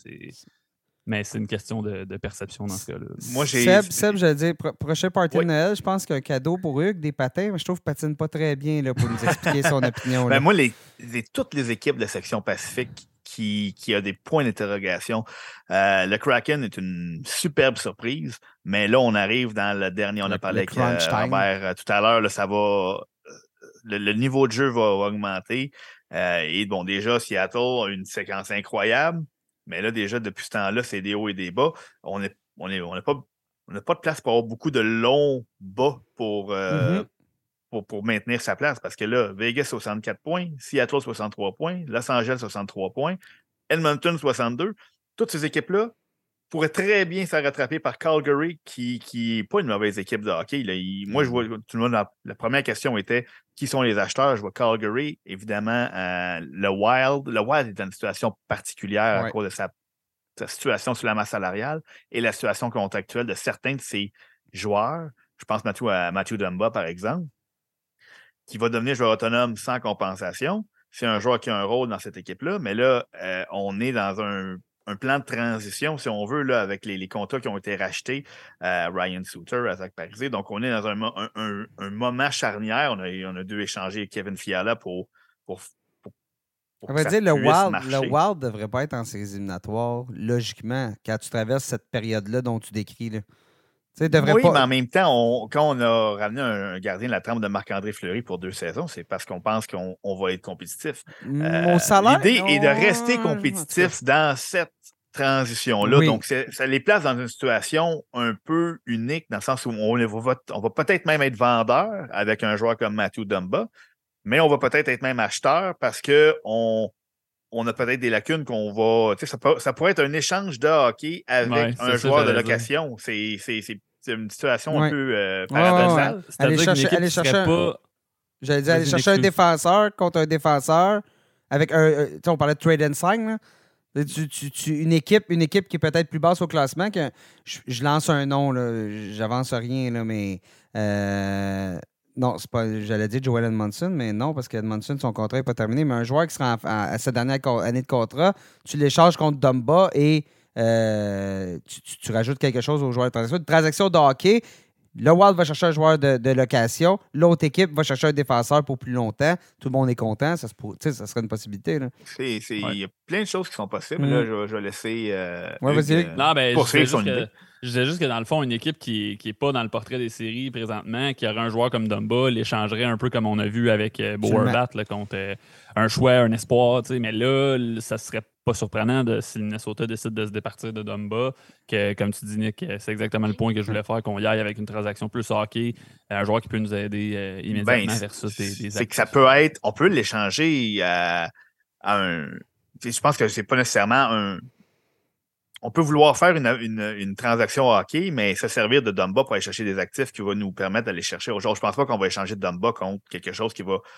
S3: mais c'est une question de perception dans ce cas-là.
S1: Moi, Seb, je veux dire, prochain party de Noël, je pense qu'un cadeau pour Hugues, des patins, mais je trouve qu'il ne patine pas très bien là, pour nous expliquer son opinion.
S2: Moi, toutes les équipes de section Pacifique qui a des points d'interrogation. Le Kraken est une superbe surprise, mais là, on arrive dans le dernier, on a parlé avec Robert tout à l'heure, là, ça va... Le niveau de jeu va augmenter. Et bon, déjà, Seattle a une séquence incroyable. Mais là, déjà, depuis ce temps-là, c'est des hauts et des bas. On n'a pas de place pour avoir beaucoup de longs bas pour maintenir sa place. Parce que là, Vegas, 64 points, Seattle, 63 points, Los Angeles, 63 points, Edmonton, 62. Toutes ces équipes-là pourraient très bien se rattraper par Calgary, qui n'est pas une mauvaise équipe de hockey. Là. Moi, je vois tout le monde. La première question était qui sont les acheteurs? Je vois Calgary, évidemment, le Wild. Le Wild est dans une situation particulière à cause de sa situation sur la masse salariale et la situation contractuelle de certains de ses joueurs. Je pense à Matthew Dumba, par exemple, qui va devenir joueur autonome sans compensation. C'est un joueur qui a un rôle dans cette équipe-là, mais là, on est dans un plan de transition, si on veut, là, avec les contrats qui ont été rachetés, Ryan Suter, à Zach Parisé. Donc, on est dans un moment charnière. On a dû échanger Kevin Fiala pour
S1: on va dire le Wild ne devrait pas être en séries éliminatoires, logiquement, quand tu traverses cette période-là dont tu décris. Là.
S2: Mais en même temps, quand on a ramené un gardien de la trempe de Marc-André Fleury pour 2 saisons, c'est parce qu'on pense qu'on va être compétitif. L'idée est de rester compétitif dans cette transition-là. Oui. Donc, ça les place dans une situation un peu unique, dans le sens où on va peut-être même être vendeur avec un joueur comme Matthew Dumba, mais on va peut-être être même acheteur parce qu'on a peut-être des lacunes qu'on va... Ça pourrait être un échange de hockey avec un joueur de location. C'est une situation un peu paradoxale.
S1: Aller chercher un défenseur contre un défenseur avec on parlait de trade and sign, là. Une équipe qui est peut-être plus basse au classement. Que je lance un nom, là, j'avance rien, là, mais non, c'est pas. J'allais dire Joel Edmondson, mais non, parce qu'Edmondson, son contrat n'est pas terminé. Mais un joueur qui sera à sa dernière année de contrat, tu l'échanges contre Dumba et tu rajoutes quelque chose aux joueurs de transaction. Une transaction de hockey, le Wild va chercher un joueur de location, l'autre équipe va chercher un défenseur pour plus longtemps. Tout le monde est content, ça serait une possibilité. Là.
S2: Il y a plein de choses qui sont possibles. Là, je vais laisser
S3: poursuivre son idée. Je disais juste que dans le fond, une équipe qui n'est pas dans le portrait des séries présentement, qui aurait un joueur comme Dumba, l'échangerait un peu comme on a vu avec Boerbat contre un choix, un espoir. Mais là, ça serait pas surprenant si le Minnesota décide de se départir de Dumba, que, comme tu dis, Nick, c'est exactement le point que je voulais faire, qu'on y aille avec une transaction plus hockey, un joueur qui peut nous aider immédiatement versus des
S2: c'est que ça peut être, on peut l'échanger à un... Je pense que c'est pas nécessairement on peut vouloir faire une transaction hockey, mais se servir de Dumba pour aller chercher des actifs qui vont nous permettre d'aller chercher au genre. Je pense pas qu'on va échanger de Dumba contre quelque chose qui va...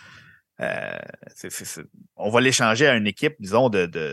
S2: on va l'échanger à une équipe, disons,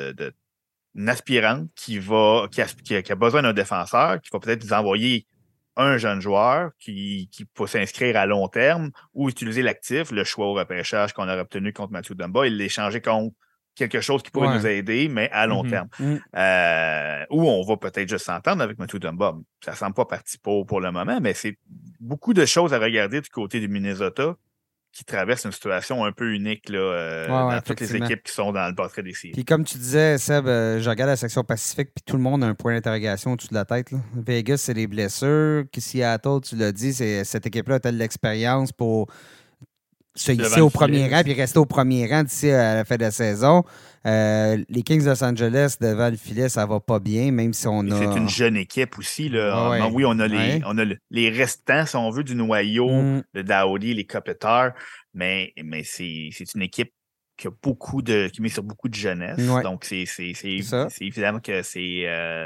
S2: une aspirante qui a besoin d'un défenseur, qui va peut-être nous envoyer un jeune joueur qui peut s'inscrire à long terme ou utiliser l'actif, le choix au repêchage qu'on aurait obtenu contre Matthew Dumba, et l'échanger contre quelque chose qui pourrait nous aider, mais à long terme. Ou on va peut-être juste s'entendre avec Matthew Dumba. Ça ne semble pas parti pour le moment, mais c'est beaucoup de choses à regarder du côté du Minnesota qui traverse une situation un peu unique là, dans toutes les équipes qui sont dans le portrait des séries.
S1: Puis comme tu disais, Seb, je regarde la section Pacifique, puis tout le monde a un point d'interrogation au-dessus de la tête. Là. Vegas, c'est les blessures. Seattle, tu l'as dit, cette équipe-là a-t-elle l'expérience pour se hisser au premier rang puis rester au premier rang d'ici à la fin de la saison. Les Kings de Los Angeles, devant le filet, ça va pas bien, même si on a...
S2: C'est une jeune équipe aussi. Là. Oui, on a les restants, si on veut, du noyau, le Dowdy, les Kopitar, mais c'est une équipe qui met sur beaucoup de jeunesse. Donc, c'est évidemment que c'est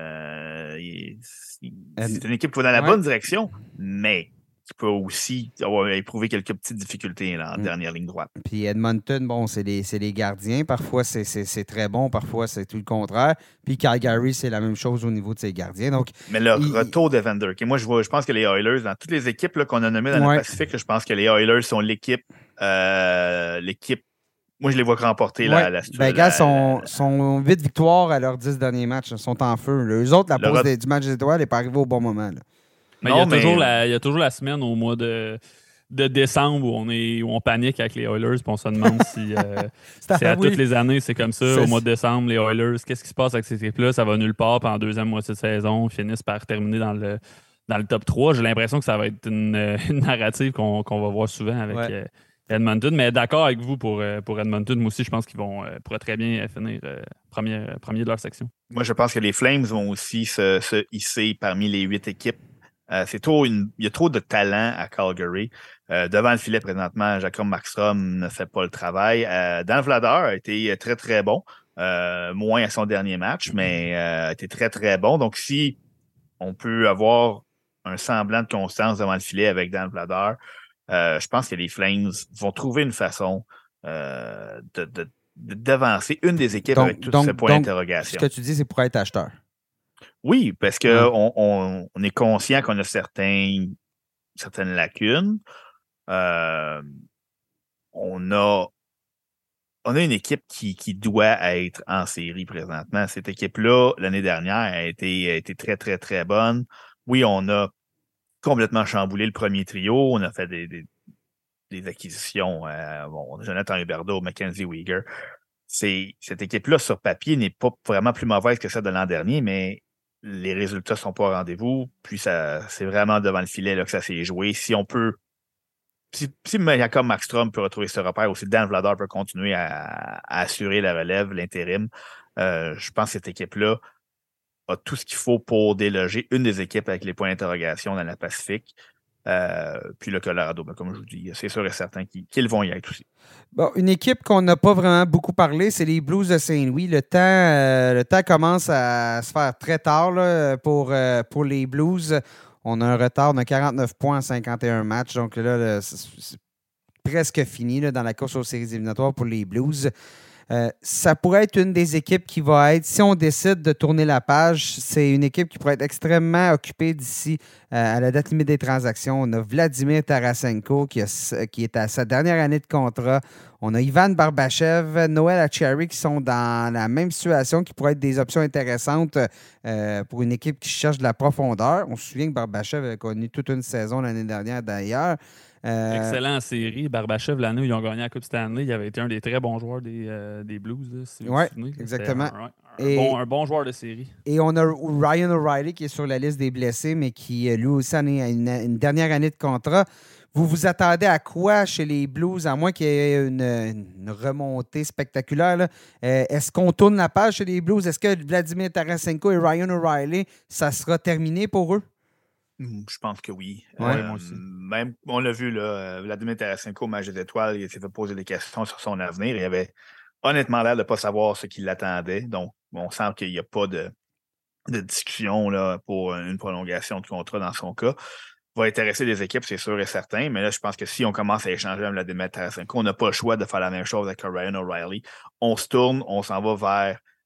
S2: une équipe qui va dans la bonne direction, mais qui peut aussi avoir éprouvé quelques petites difficultés là, en dernière ligne droite.
S1: Puis Edmonton, bon, c'est les gardiens. Parfois, c'est très bon. Parfois, c'est tout le contraire. Puis Calgary, c'est la même chose au niveau de ses gardiens. Donc,
S2: mais le retour d'Evander, moi, je pense que les Oilers, dans toutes les équipes là, qu'on a nommées dans le Pacifique, je pense que les Oilers sont l'équipe. Moi, je les vois remporter la situation.
S1: sont 8 victoires à leurs 10 derniers matchs. Ils sont en feu. Eux autres, la pause du match des étoiles n'est pas arrivée au bon moment. Là.
S3: Mais il y a toujours la semaine au mois de décembre où on panique avec les Oilers et on se demande si c'est à toutes les années, c'est comme ça. Au mois de décembre, les Oilers, qu'est-ce qui se passe avec ces équipes-là? Ça va nulle part. Puis en deuxième moitié de saison, ils finissent par terminer dans le top 3. J'ai l'impression que ça va être une narrative qu'on va voir souvent avec Edmonton. Mais d'accord avec vous pour Edmonton. Moi aussi, je pense qu'ils pourraient très bien finir premier de leur section.
S2: Moi, je pense que les Flames vont aussi se hisser parmi les 8 équipes. Il y a trop de talent à Calgary. Devant le filet, présentement, Jacob Markstrom ne fait pas le travail. Dan Vladar a été très, très bon. Moins à son dernier match, mais a été très, très bon. Donc, si on peut avoir un semblant de constance devant le filet avec Dan Vladar, je pense que les Flames vont trouver une façon d'avancer une des équipes avec tous ces points d'interrogation.
S1: Ce que tu dis, c'est pour être acheteur.
S2: Oui, parce qu'on est conscient qu'on a certaines lacunes. On a une équipe qui doit être en série présentement. Cette équipe-là, l'année dernière, a été très, très, très bonne. Oui, on a complètement chamboulé le premier trio. On a fait des acquisitions. Jonathan Huberdeau, Mackenzie Weegar. Cette équipe-là, sur papier, n'est pas vraiment plus mauvaise que celle de l'an dernier, mais les résultats ne sont pas au rendez-vous. Puis c'est vraiment devant le filet là, que ça s'est joué. Si Jacob Markstrom peut retrouver ce repère, aussi Dan Vladar peut continuer à assurer la relève, l'intérim, je pense que cette équipe-là a tout ce qu'il faut pour déloger une des équipes avec les points d'interrogation dans la Pacifique. Puis le Colorado, comme je vous dis, c'est sûr et certain qu'ils vont y être aussi.
S1: Bon, une équipe qu'on n'a pas vraiment beaucoup parlé, c'est les Blues de Saint-Louis. Le temps commence à se faire très tard là, pour les Blues. On a un retard de 49 points en 51 matchs. Donc là, c'est presque fini là, dans la course aux séries éliminatoires pour les Blues. Ça pourrait être une des équipes qui va être, si on décide de tourner la page, c'est une équipe qui pourrait être extrêmement occupée d'ici à la date limite des transactions. On a Vladimir Tarasenko qui est à sa dernière année de contrat. On a Ivan Barbachev, Noël Acciari qui sont dans la même situation, qui pourraient être des options intéressantes pour une équipe qui cherche de la profondeur. On se souvient que Barbachev a connu toute une saison l'année dernière d'ailleurs.
S3: Excellent en série. Barbachev, l'année où ils ont gagné la Coupe Stanley, il avait été un des très bons joueurs des Blues.
S1: Oui, exactement.
S3: Un bon joueur de série.
S1: Et on a Ryan O'Reilly qui est sur la liste des blessés, mais qui lui aussi a une dernière année de contrat. Vous vous attendez à quoi chez les Blues, à moins qu'il y ait une remontée spectaculaire? Là? Est-ce qu'on tourne la page chez les Blues? Est-ce que Vladimir Tarasenko et Ryan O'Reilly, ça sera terminé pour eux?
S2: Je pense que oui.
S1: Ouais, moi aussi.
S2: Même, on l'a vu, là, Vladimir Tarasenko au match des étoiles, il s'est fait poser des questions sur son avenir. Il avait honnêtement l'air de ne pas savoir ce qui l'attendait. Donc, on sent qu'il n'y a pas de discussion là, pour une prolongation de contrat dans son cas. Va intéresser les équipes, c'est sûr et certain. Mais là, je pense que si on commence à échanger avec Vladimir Tarasenko, on n'a pas le choix de faire la même chose avec Ryan O'Reilly. On se tourne, on s'en va vers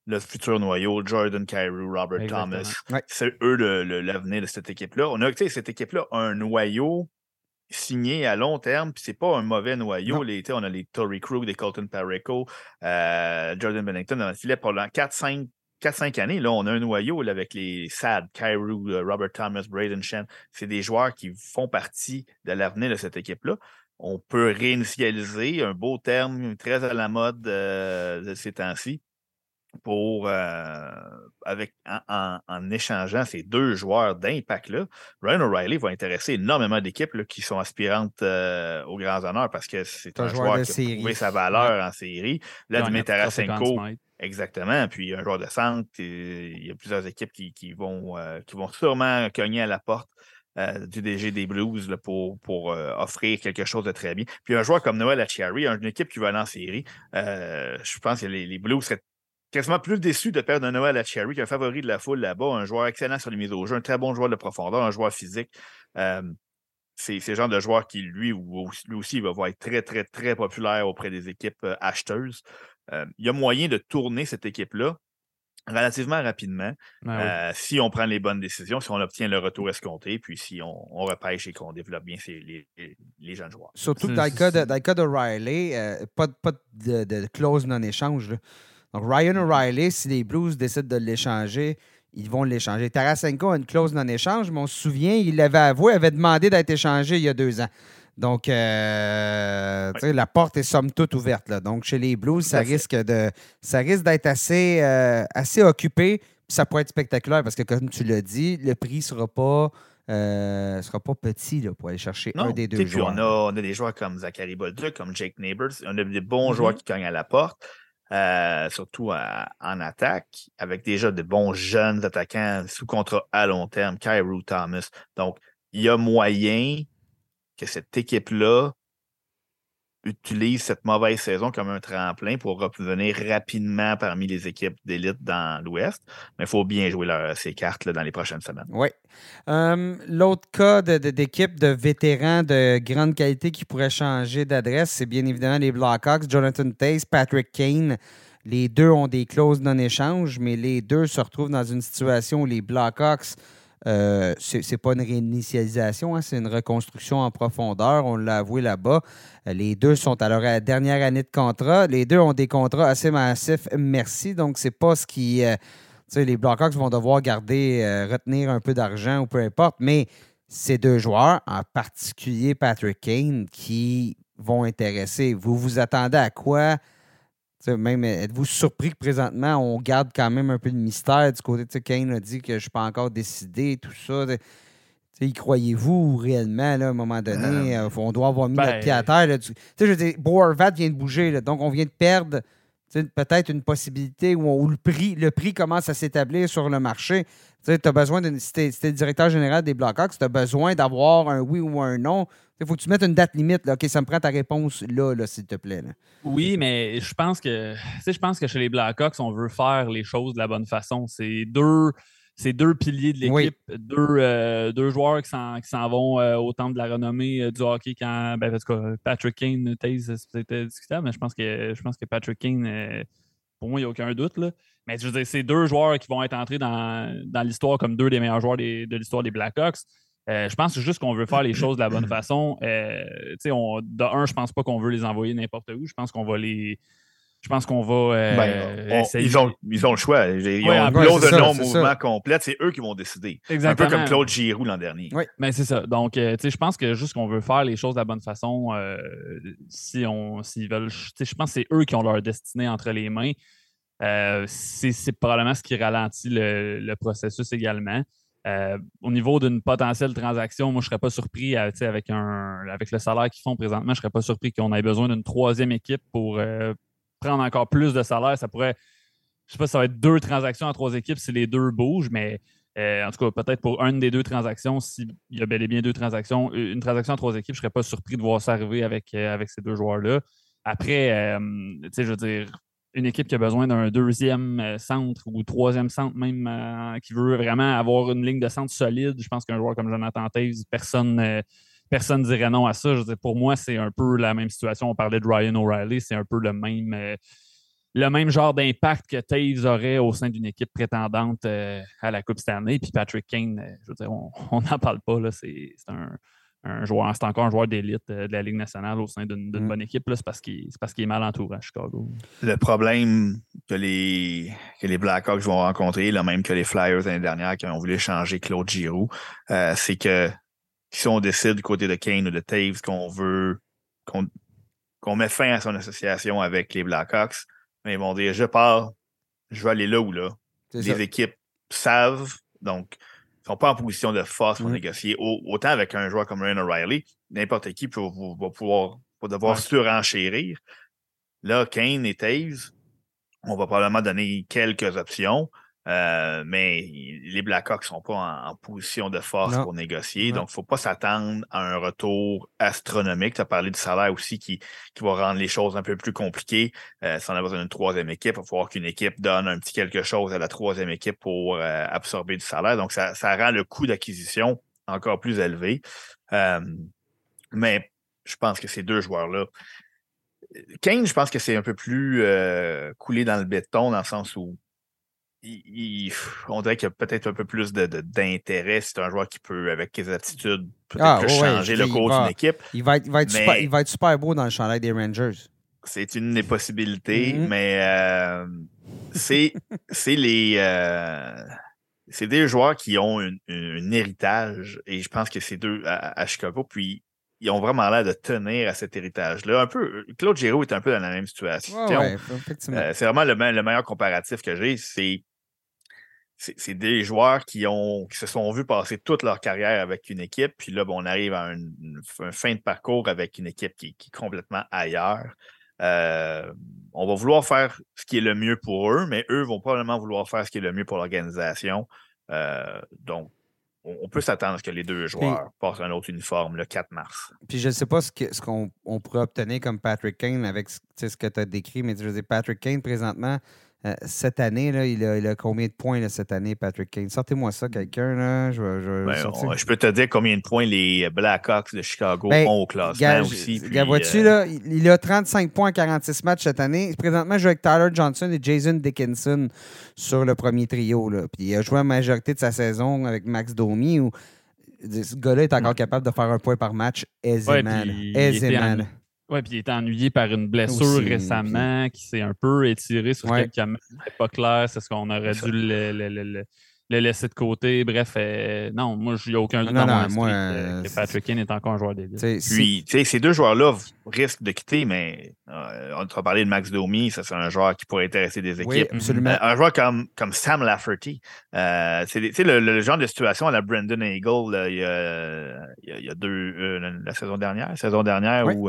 S2: le futur noyau, Jordan Kyrou, Robert
S3: Exactement.
S2: Thomas.
S1: Ouais.
S2: C'est eux l'avenir de cette équipe-là. Cette équipe-là a un noyau signé à long terme, puis c'est pas un mauvais noyau. On a les Torrey Krug, des Colton Parayko, Jordan Bennington dans le filet pendant 4-5 années. Là, on a un noyau là, avec les SAD, Kyrou, Robert Thomas, Braden Shen. C'est des joueurs qui font partie de l'avenir de cette équipe-là. On peut réinitialiser un beau terme très à la mode de ces temps-ci en échangeant ces deux joueurs d'impact-là. Ryan O'Reilly va intéresser énormément d'équipes là, qui sont aspirantes aux grands honneurs parce que c'est un joueur qui a prouvé sa valeur en série. Vladimir Tarasenko, exactement. Puis un joueur de centre, il y a plusieurs équipes qui vont sûrement cogner à la porte du DG des Blues là, pour offrir quelque chose de très bien. Puis un joueur comme Noel Acciari, une équipe qui va aller en série, je pense que les Blues seraient quasiment plus déçu de perdre un Noel Acciari qu'un favori de la foule là-bas, un joueur excellent sur les mises au jeu, un très bon joueur de profondeur, un joueur physique. C'est le genre de joueur qui, lui aussi, va être très, très, très populaire auprès des équipes acheteuses. Il y a moyen de tourner cette équipe-là relativement rapidement si on prend les bonnes décisions, si on obtient le retour escompté, puis si on repêche et qu'on développe bien les jeunes joueurs.
S1: Surtout que dans le cas d'O'Reilly, pas de clause non-échange. Là. Donc, Ryan O'Reilly, si les Blues décident de l'échanger, ils vont l'échanger. Tarasenko a une clause non-échange, mais on se souvient, il l'avait avoué, il avait demandé d'être échangé il y a 2 ans. Donc, la porte est somme toute ouverte. Là. Donc, chez les Blues, ça risque d'être assez occupé. Puis ça pourrait être spectaculaire parce que, comme tu l'as dit, le prix ne sera pas petit là, pour aller chercher un des deux joueurs.
S2: Puis on a des joueurs comme Zachary Bolduc, comme Jake Neighbors. On a des bons joueurs qui cognent à la porte. Surtout en attaque, avec déjà de bons jeunes attaquants sous contrat à long terme, Kyrou Thomas. Donc, il y a moyen que cette équipe-là utilise cette mauvaise saison comme un tremplin pour revenir rapidement parmi les équipes d'élite dans l'Ouest. Mais il faut bien jouer ces cartes là, dans les prochaines semaines.
S1: Oui. L'autre cas d'équipe de vétérans de grande qualité qui pourrait changer d'adresse, c'est bien évidemment les Blackhawks, Jonathan Toews, Patrick Kane. Les deux ont des clauses non-échange, mais les deux se retrouvent dans une situation où les Blackhawks, c'est pas une réinitialisation, hein, c'est une reconstruction en profondeur. On l'a avoué là-bas. Les deux sont à leur dernière année de contrat. Les deux ont des contrats assez massifs, merci. Donc, c'est pas ce qui... les Blackhawks vont devoir retenir un peu d'argent ou peu importe, mais ces deux joueurs, en particulier Patrick Kane, qui vont intéresser. Vous vous attendez à quoi? Même êtes-vous surpris que présentement, on garde quand même un peu de mystère du côté de Kane a dit que je ne suis pas encore décidé, tout ça. Y croyez-vous réellement, là, à un moment donné? On doit avoir mis notre pied à terre. Là, je veux dire, Boervat vient de bouger, là, donc on vient de perdre peut-être une possibilité où le prix commence à s'établir sur le marché. Tu as besoin si tu es le directeur général des Blackhawks, tu as besoin d'avoir un oui ou un non. Il faut que tu mettes une date limite. Là. OK, ça me prend ta réponse là s'il te plaît. Là.
S3: Oui, mais je pense que chez les Blackhawks, on veut faire les choses de la bonne façon. C'est deux piliers de l'équipe, deux joueurs qui s'en vont au temple de la renommée du hockey quand parce que Patrick Kane, Toews, c'était discutable, mais je pense que Patrick Kane, pour moi, il n'y a aucun doute. Là. Mais je veux dire, c'est deux joueurs qui vont être entrés dans l'histoire comme deux des meilleurs joueurs de l'histoire des Blackhawks. Je pense juste qu'on veut faire les choses de la bonne façon. Je pense pas qu'on veut les envoyer n'importe où. Je pense qu'on va essayer.
S2: Ils ont le choix. Ils ont une clause de non-mouvement complète. C'est eux qui vont décider.
S3: Exactement.
S2: Un peu comme Claude Giroux l'an dernier.
S3: Oui, mais c'est ça. Donc, je pense que juste qu'on veut faire les choses de la bonne façon. S'ils veulent, je pense que c'est eux qui ont leur destinée entre les mains. C'est probablement ce qui ralentit le processus également. Au niveau d'une potentielle transaction, moi, je ne serais pas surpris avec le salaire qu'ils font présentement, je ne serais pas surpris qu'on ait besoin d'une troisième équipe pour prendre encore plus de salaire. Ça pourrait, je ne sais pas si ça va être 2 transactions en 3 équipes si les 2 bougent, mais en tout cas, peut-être pour une des 2 transactions, s'il y a bel et bien 2 transactions, une transaction en 3 équipes, je ne serais pas surpris de voir ça arriver avec ces 2 joueurs-là. Après, je veux dire, une équipe qui a besoin d'un 2e centre ou 3e centre même, qui veut vraiment avoir une ligne de centre solide, je pense qu'un joueur comme Jonathan Toews, personne dirait non à ça. Je veux dire, pour moi, c'est un peu la même situation. On parlait de Ryan O'Reilly, c'est un peu le le même genre d'impact que Taves aurait au sein d'une équipe prétendante à la Coupe Stanley. Puis Patrick Kane, je veux dire, on n'en parle pas. Là, c'est un joueur, c'est encore un joueur d'élite de la Ligue nationale au sein d'une bonne équipe. Là, c'est parce qu'il est mal entouré à Chicago.
S2: Le problème que les Blackhawks vont rencontrer, le même que les Flyers l'année dernière qui ont voulu changer Claude Giroux, c'est que si on décide du côté de Kane ou de Taves qu'on met fin à son association avec les Blackhawks, mais ils vont dire je vais aller là ou là. Les équipes savent, donc ils ne sont pas en position de force pour négocier. Autant avec un joueur comme Ryan O'Reilly, n'importe qui va devoir surenchérir. Là, Kane et Taves, on va probablement donner quelques options, mais les Blackhawks ne sont pas en position de force pour négocier. Donc, il ne faut pas s'attendre à un retour astronomique. Tu as parlé du salaire aussi qui va rendre les choses un peu plus compliquées. Si on a besoin d'une troisième équipe, il va falloir qu'une équipe donne un petit quelque chose à la troisième équipe pour absorber du salaire. Donc, ça rend le coût d'acquisition encore plus élevé. Mais je pense que ces deux joueurs-là, Kane, je pense que c'est un peu plus coulé dans le béton, dans le sens où on dirait qu'il y a peut-être un peu plus d'intérêt. C'est un joueur qui peut, avec ses aptitudes, peut-être changer le cours d'une équipe.
S1: Il va être super beau dans le chandail des Rangers.
S2: C'est une des possibilités, mais c'est des joueurs qui ont un héritage, et je pense que c'est deux à Chicago, puis ils ont vraiment l'air de tenir à cet héritage-là. Un peu, Claude Giroux est un peu dans la même situation.
S1: Effectivement.
S2: C'est vraiment le meilleur comparatif que j'ai. C'est des joueurs qui se sont vus passer toute leur carrière avec une équipe, puis là, on arrive à une fin de parcours avec une équipe qui est complètement ailleurs. On va vouloir faire ce qui est le mieux pour eux, mais eux vont probablement vouloir faire ce qui est le mieux pour l'organisation. Donc, on peut s'attendre à ce que les deux joueurs portent un autre uniforme le 4 mars.
S1: Puis je ne sais pas ce qu'on pourrait obtenir comme Patrick Kane avec ce que tu as décrit, mais je veux dire, Patrick Kane, présentement, cette année, là, il a combien de points là, cette année, Patrick Kane? Sortez-moi ça, quelqu'un. Là.
S2: Je peux te dire combien de points les Blackhawks de Chicago ont au classement aussi.
S1: Vois-tu, là, il a 35 points en 46 matchs cette année. Présentement, il joue avec Tyler Johnson et Jason Dickinson sur le premier trio. Là. Puis il a joué la majorité de sa saison avec Max Domi. Où ce gars-là est encore capable de faire un point par match aisément.
S3: Oui, puis il était ennuyé par une blessure récemment qui s'est un peu étirée sur quelques matchs. C'était pas clair, c'est ce qu'on aurait dû le laisser de côté. Bref, non, moi, il n'y a aucun doute dans mon esprit que Patrick Kane est encore un joueur d'élite.
S2: Puis, ces deux joueurs-là risquent de quitter, mais on a parlé de Max Domi, ça c'est un joueur qui pourrait intéresser des équipes.
S1: Oui, absolument.
S2: Un joueur comme Sam Lafferty, c'est le genre de situation à la Brendan Eagle là, il y a la saison dernière où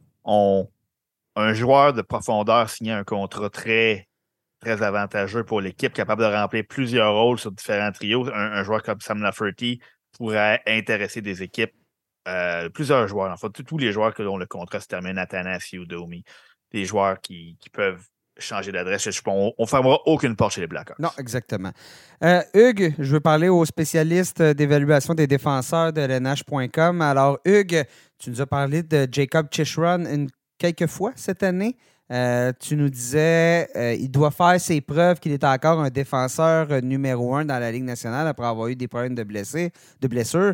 S2: un joueur de profondeur signait un contrat très, très avantageux pour l'équipe, capable de remplir plusieurs rôles sur différents trios. Un joueur comme Sam Lafferty pourrait intéresser des équipes, plusieurs joueurs. En fait, tous les joueurs dont le contrat se termine, Athanasiou, Domi, des joueurs qui peuvent changer d'adresse. On ne fermera aucune porte chez les Blackhawks.
S1: Non, exactement. Hugues, je veux parler aux spécialistes d'évaluation des défenseurs de l'NH.com. Alors, Hugues, tu nous as parlé de Jacob Chychrun quelques fois cette année. Tu nous disais il doit faire ses preuves qu'il est encore un défenseur numéro 1 dans la Ligue nationale après avoir eu des problèmes de blessures.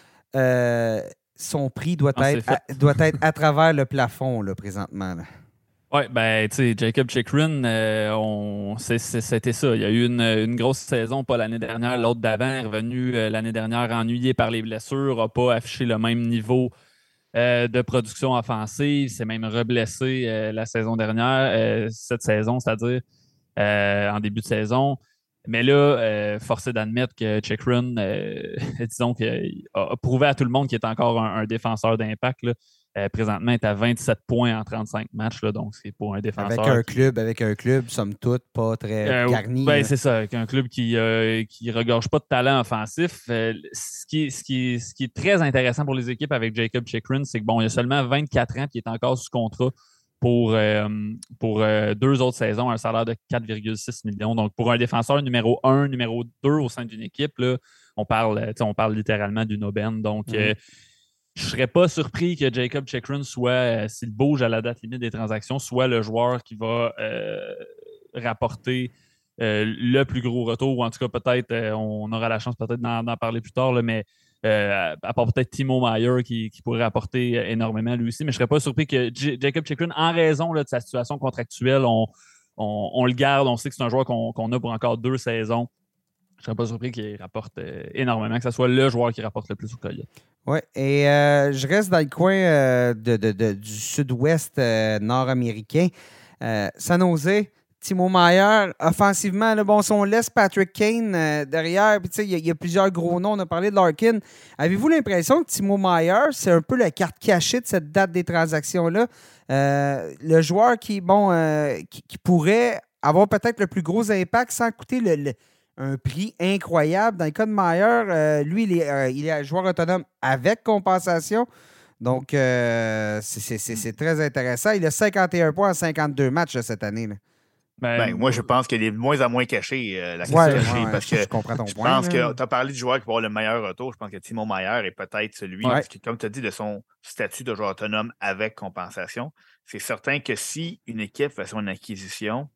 S1: Son prix doit être à travers le plafond là, présentement. Là.
S3: Oui, ben, tu sais, Jacob Chychrun, c'était ça. Il y a eu une grosse saison, pas l'année dernière, l'autre d'avant, est revenu l'année dernière ennuyé par les blessures, n'a pas affiché le même niveau de production offensive, s'est même reblessé la saison dernière, cette saison, c'est-à-dire en début de saison. Mais là, forcé d'admettre que Chychrun, disons, a prouvé à tout le monde qu'il est encore un défenseur d'impact, là. Présentement, est à 27 points en 35 matchs, là, donc c'est pour un défenseur.
S1: Avec un club, somme toute, pas très garni.
S3: Ben, c'est ça, avec un club qui regorge pas de talent offensif. Ce qui est très intéressant pour les équipes avec Jacob Chychrun, c'est que bon, il a seulement 24 ans et il est encore sous contrat pour 2 autres saisons, un salaire de 4,6 millions. Donc, pour un défenseur numéro 1, numéro 2 au sein d'une équipe, là, on parle littéralement d'une aubaine. Donc, je serais pas surpris que Jacob Chychrun soit, s'il bouge à la date limite des transactions, soit le joueur qui va rapporter le plus gros retour, ou en tout cas, peut-être, on aura la chance peut-être d'en parler plus tard, là, mais à part peut-être Timo Meier qui pourrait apporter énormément lui aussi, mais je ne serais pas surpris que Jacob Chychrun, en raison là, de sa situation contractuelle, on le garde, on sait que c'est un joueur qu'on a pour encore 2 saisons. Je ne serais pas surpris qu'il rapporte énormément, que ce soit le joueur qui rapporte le plus au Coyote.
S1: Oui, et je reste dans le coin du sud-ouest nord-américain. San Jose, Timo Meier, offensivement, là, bon, si on laisse Patrick Kane derrière, puis il y a plusieurs gros noms, on a parlé de Larkin. Avez-vous l'impression que Timo Meier, c'est un peu la carte cachée de cette date des transactions-là? Le joueur qui pourrait avoir peut-être le plus gros impact sans coûter un prix incroyable. Dans le cas de Meier, lui, il est un joueur autonome avec compensation. Donc, c'est très intéressant. Il a 51 points en 52 matchs là, cette année. Là.
S2: Moi, je pense qu'il est de moins en moins caché, la question parce que
S1: je comprends ton point.
S2: Je pense que tu as parlé du joueur qui va avoir le meilleur retour. Je pense que Timo Meier est peut-être celui, parce que, comme tu as dit, de son statut de joueur autonome avec compensation. C'est certain que si une équipe fait son acquisition,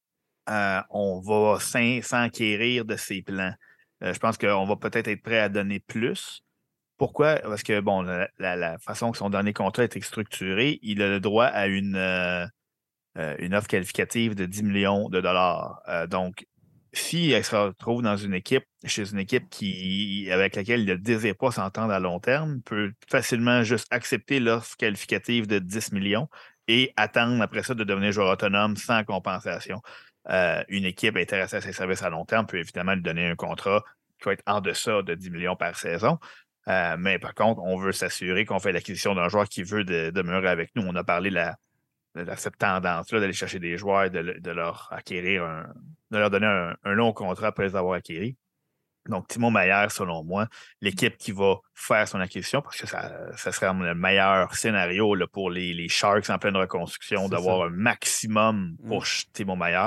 S2: on va s'enquérir de ses plans. Je pense qu'on va peut-être être prêt à donner plus. Pourquoi? Parce que, bon, la façon que son dernier contrat est structuré, il a le droit à une offre qualificative de 10 millions de dollars. Donc, si elle se retrouve dans une équipe, chez une équipe avec laquelle il ne désire pas s'entendre à long terme, peut facilement juste accepter l'offre qualificative de 10 millions et attendre après ça de devenir joueur autonome sans compensation. Une équipe intéressée à ses services à long terme peut évidemment lui donner un contrat qui va être en deçà de 10 millions par saison. Mais par contre, on veut s'assurer qu'on fait l'acquisition d'un joueur qui veut demeurer avec nous. On a parlé de cette tendance-là d'aller chercher des joueurs, de leur acquérir de leur donner un long contrat après les avoir acquéris. Donc, Timo Meier, selon moi, l'équipe qui va faire son acquisition, parce que ça serait le meilleur scénario là, pour les Sharks en pleine reconstruction, d'avoir un maximum pour Timo Meier,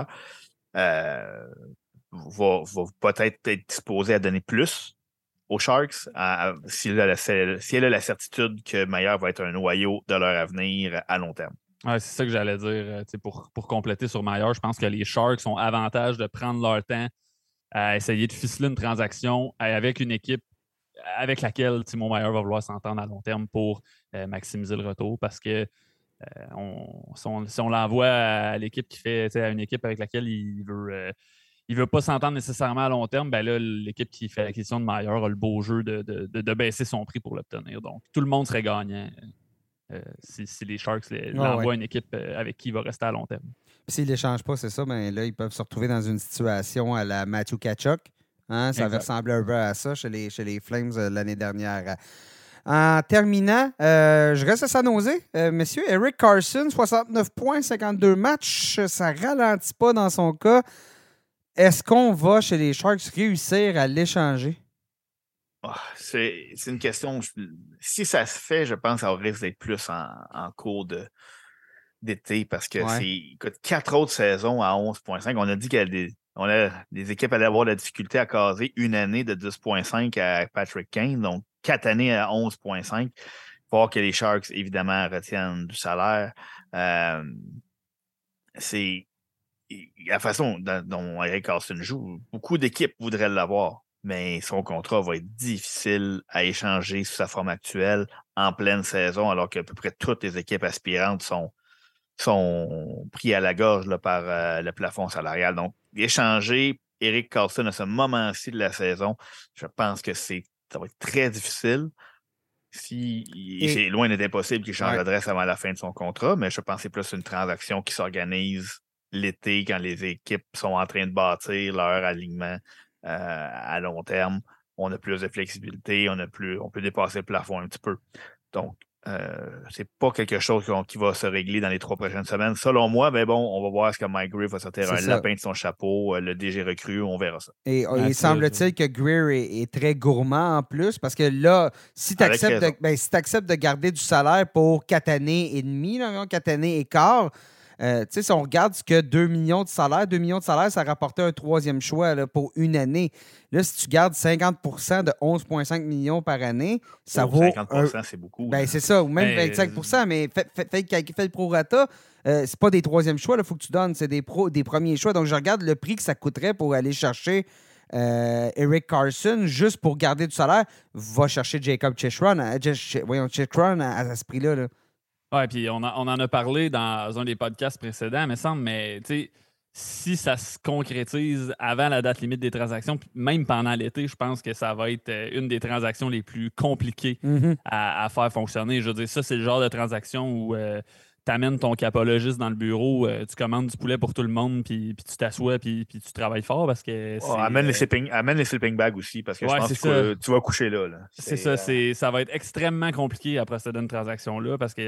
S2: va peut-être être disposé à donner plus aux Sharks si elle a la certitude que Meier va être un noyau de leur avenir à long terme.
S3: Ouais, c'est ça que j'allais dire. Pour compléter sur Meier, je pense que les Sharks ont avantage de prendre leur temps à essayer de ficeler une transaction avec une équipe avec laquelle Timo Meier va vouloir s'entendre à long terme pour maximiser le retour. Parce que si on l'envoie à l'équipe qui fait, à une équipe avec laquelle il veut pas s'entendre nécessairement à long terme, ben là, l'équipe qui fait l'acquisition de Meier a le beau jeu de baisser son prix pour l'obtenir. Donc, tout le monde serait gagnant si les Sharks l'envoient à une équipe avec qui il va rester à long terme.
S1: S'ils ne l'échangent pas, c'est ça, ben là, ils peuvent se retrouver dans une situation à la Matthew Tkachuk. Hein? Ça avait ressemblé un peu à ça chez les Flames l'année dernière. En terminant, je reste à San Jose. Messieurs, Erik Karlsson, 69 points, 52 matchs. Ça ne ralentit pas dans son cas. Est-ce qu'on va, chez les Sharks, réussir à l'échanger?
S2: C'est une question. Si ça se fait, je pense que ça risque d'être plus en cours d'été parce que c'est 4 autres saisons à 11,5. On a dit que les équipes allaient avoir la difficulté à caser une année de 10,5 à Patrick Kane, donc 4 années à 11,5. Il faut voir que les Sharks, évidemment, retiennent du salaire. C'est la façon dont Erik Karlsson joue. Beaucoup d'équipes voudraient l'avoir, mais son contrat va être difficile à échanger sous sa forme actuelle en pleine saison, alors qu'à peu près toutes les équipes aspirantes sont pris à la gorge là, par le plafond salarial. Donc, échanger Erik Karlsson à ce moment-ci de la saison, je pense que ça va être très difficile. C'est loin d'être impossible qu'il change d'adresse avant la fin de son contrat, mais je pense que c'est plus une transaction qui s'organise l'été quand les équipes sont en train de bâtir leur alignement à long terme. On a plus de flexibilité, on peut dépasser le plafond un petit peu. Donc, c'est pas quelque chose qui va se régler dans les 3 prochaines semaines. Selon moi, mais bon, on va voir ce que Mike Grier va sortir un lapin de son chapeau, le DG recru, on verra ça. Et
S1: il semble-t-il que Grier est très gourmand en plus, parce que là, si tu acceptes de garder du salaire pour 4 années et demie, 4 années et quart, Si on regarde ce que 2 millions de salaire, ça rapportait un 3e choix là, pour une année. Là, si tu gardes 50 de 11,5 millions par année, ça vaut...
S2: 50 c'est beaucoup.
S1: Ben, c'est ça, ou même 25 mais fais le prorata. C'est pas des 3e choix, il faut que tu donnes, c'est des premiers choix. Donc, je regarde le prix que ça coûterait pour aller chercher Eric Carlson, juste pour garder du salaire. Va chercher Jacob Chychrun à ce prix-là. Là.
S3: Oui, puis on en a parlé dans un des podcasts précédents, me semble, mais tu sais, si ça se concrétise avant la date limite des transactions, même pendant l'été, je pense que ça va être une des transactions les plus compliquées à faire fonctionner. Je veux dire, ça, c'est le genre de transaction où tu amènes ton capologiste dans le bureau, tu commandes du poulet pour tout le monde, puis tu t'assois, puis tu travailles fort parce que...
S2: amène les sleeping bags aussi, parce que je pense que tu vas coucher là.
S3: C'est ça, ça va être extrêmement compliqué à procéder à cette transaction-là, parce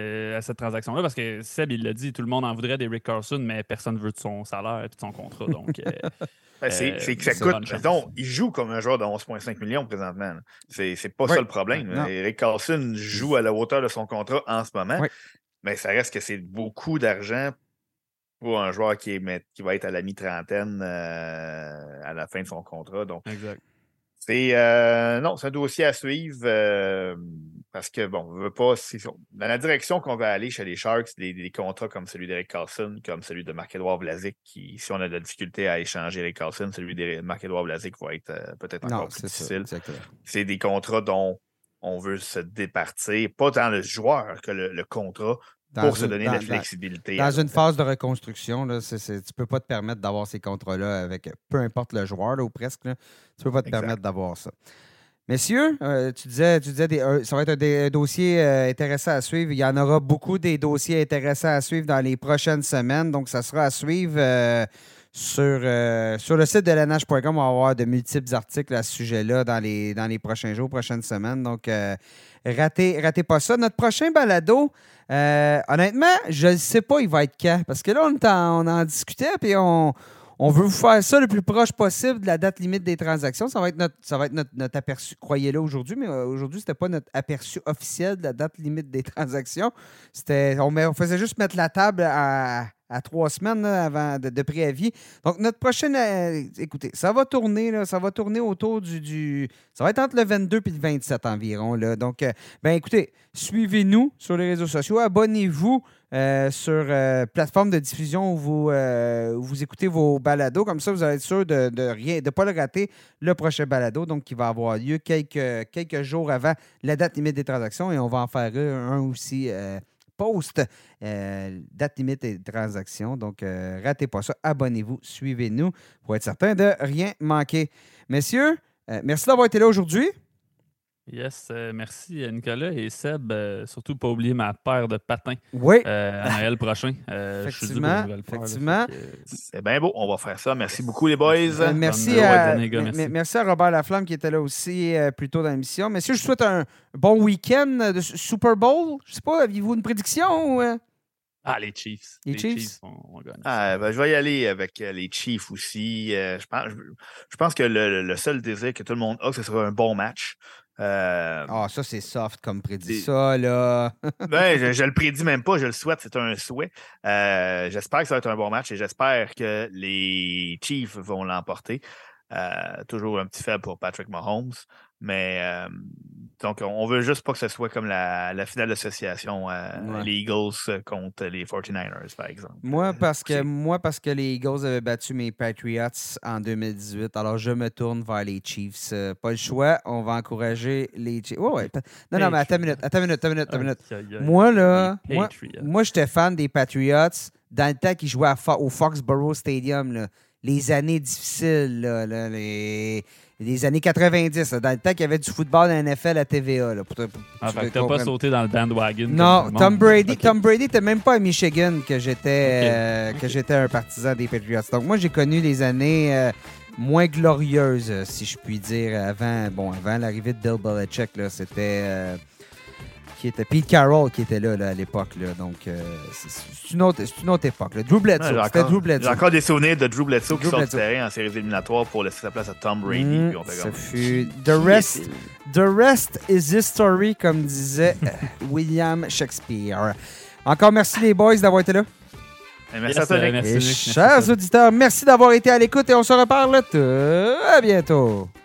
S3: que Seb, il l'a dit, tout le monde en voudrait d'Eric Carlson, mais personne ne veut de son salaire et de son contrat, donc...
S2: c'est que ça coûte. Mettons, il joue comme un joueur de 11,5 millions présentement. C'est pas ça le problème. Eric Carlson joue à la hauteur de son contrat en ce moment. Oui. Mais ça reste que c'est beaucoup d'argent pour un joueur qui va être à la mi-trentaine à la fin de son contrat. Donc,
S3: exact.
S2: C'est un dossier à suivre parce que, bon, on veut pas. Dans la direction qu'on va aller chez les Sharks, des contrats comme celui d'Eric Carlson, comme celui de Marc-Édouard Vlasic, qui, si on a de la difficulté à échanger Eric Carlson, celui de Marc-Édouard Vlasic va être peut-être encore plus difficile. C'est des contrats dont on veut se départir, pas dans le joueur que le contrat, pour se donner la flexibilité.
S1: Dans une phase de reconstruction, là, tu ne peux pas te permettre d'avoir ces contrats-là avec peu importe le joueur, là, ou presque. Là, tu ne peux pas te permettre d'avoir ça. Messieurs, tu disais ça va être un dossier intéressant à suivre. Il y en aura beaucoup des dossiers intéressants à suivre dans les prochaines semaines. Donc, ça sera à suivre sur le site de lnh.com. On va avoir de multiples articles à ce sujet-là dans les prochains jours, prochaines semaines. Donc, ratez pas ça. Notre prochain balado, honnêtement, je ne sais pas il va être quand. Parce que là, on en discutait, puis on veut vous faire ça le plus proche possible de la date limite des transactions. Ça va être notre aperçu. Croyez-le aujourd'hui, mais aujourd'hui, c'était pas notre aperçu officiel de la date limite des transactions. On faisait juste mettre la table à 3 semaines là, avant de préavis. Donc, notre prochaine... écoutez, ça va tourner, là, ça va tourner autour ça va être entre le 22 et le 27 environ. Là. Donc, écoutez, suivez-nous sur les réseaux sociaux. Abonnez-vous sur plateforme de diffusion où vous écoutez vos balados. Comme ça, vous allez être sûr de ne pas le rater, le prochain balado, donc qui va avoir lieu quelques jours avant la date limite des transactions. Et on va en faire un aussi post date limite des transactions. Donc, ratez pas ça. Abonnez-vous, suivez-nous pour être certain de rien manquer. Messieurs, merci d'avoir été là aujourd'hui.
S3: Yes, merci Nicolas et Seb. Surtout pas oublier ma paire de patins à Noël prochain.
S1: Effectivement.
S2: C'est bien beau, on va faire ça. Merci beaucoup les boys.
S1: Merci à Robert Laflamme qui était là aussi plus tôt dans l'émission. Messieurs, je vous souhaite un bon week-end de Super Bowl. Je sais pas, aviez-vous une prédiction?
S3: Les Chiefs. Les Chiefs
S2: on gagne. Je vais y aller avec les Chiefs aussi. Je pense que le seul désir que tout le monde a, ce sera un bon match.
S1: Ça, c'est soft comme prédit ça, là.
S2: je le prédis même pas, je le souhaite, c'est un souhait. J'espère que ça va être un bon match et j'espère que les Chiefs vont l'emporter. Toujours un petit faible pour Patrick Mahomes. Mais donc, on veut juste pas que ce soit comme la finale d'association les Eagles contre les 49ers, par exemple.
S1: Moi, parce que les Eagles avaient battu mes Patriots en 2018, alors je me tourne vers les Chiefs. Pas le choix, on va encourager les Chiefs. Non, mais attends une minute. Moi, j'étais fan des Patriots dans le temps qu'ils jouaient au Foxborough Stadium, là. Les années difficiles, là, les années 90, là, dans le temps qu'il y avait du football dans la NFL à TVA. Là,
S3: t'as pas sauté dans le bandwagon.
S1: Non, Tom Brady n'était même pas à Michigan que j'étais un partisan des Patriots. Donc moi, j'ai connu les années moins glorieuses, si je puis dire, avant l'arrivée de Bill Belichick. Là, c'était... Pete Carroll qui était là à l'époque. Là, donc, c'est une autre époque. Là. Drew Bledsoe. C'était Drew Bledsoe.
S2: J'ai encore des souvenirs de Drew Bledsoe qui sort du terrain en séries éliminatoires pour laisser sa place à Tom Brady.
S1: Ça fut The rest is history, comme disait William Shakespeare. Encore merci les boys d'avoir été là.
S2: Merci à toi, Nick.
S1: Chers auditeurs, merci d'avoir été à l'écoute et on se reparle à bientôt.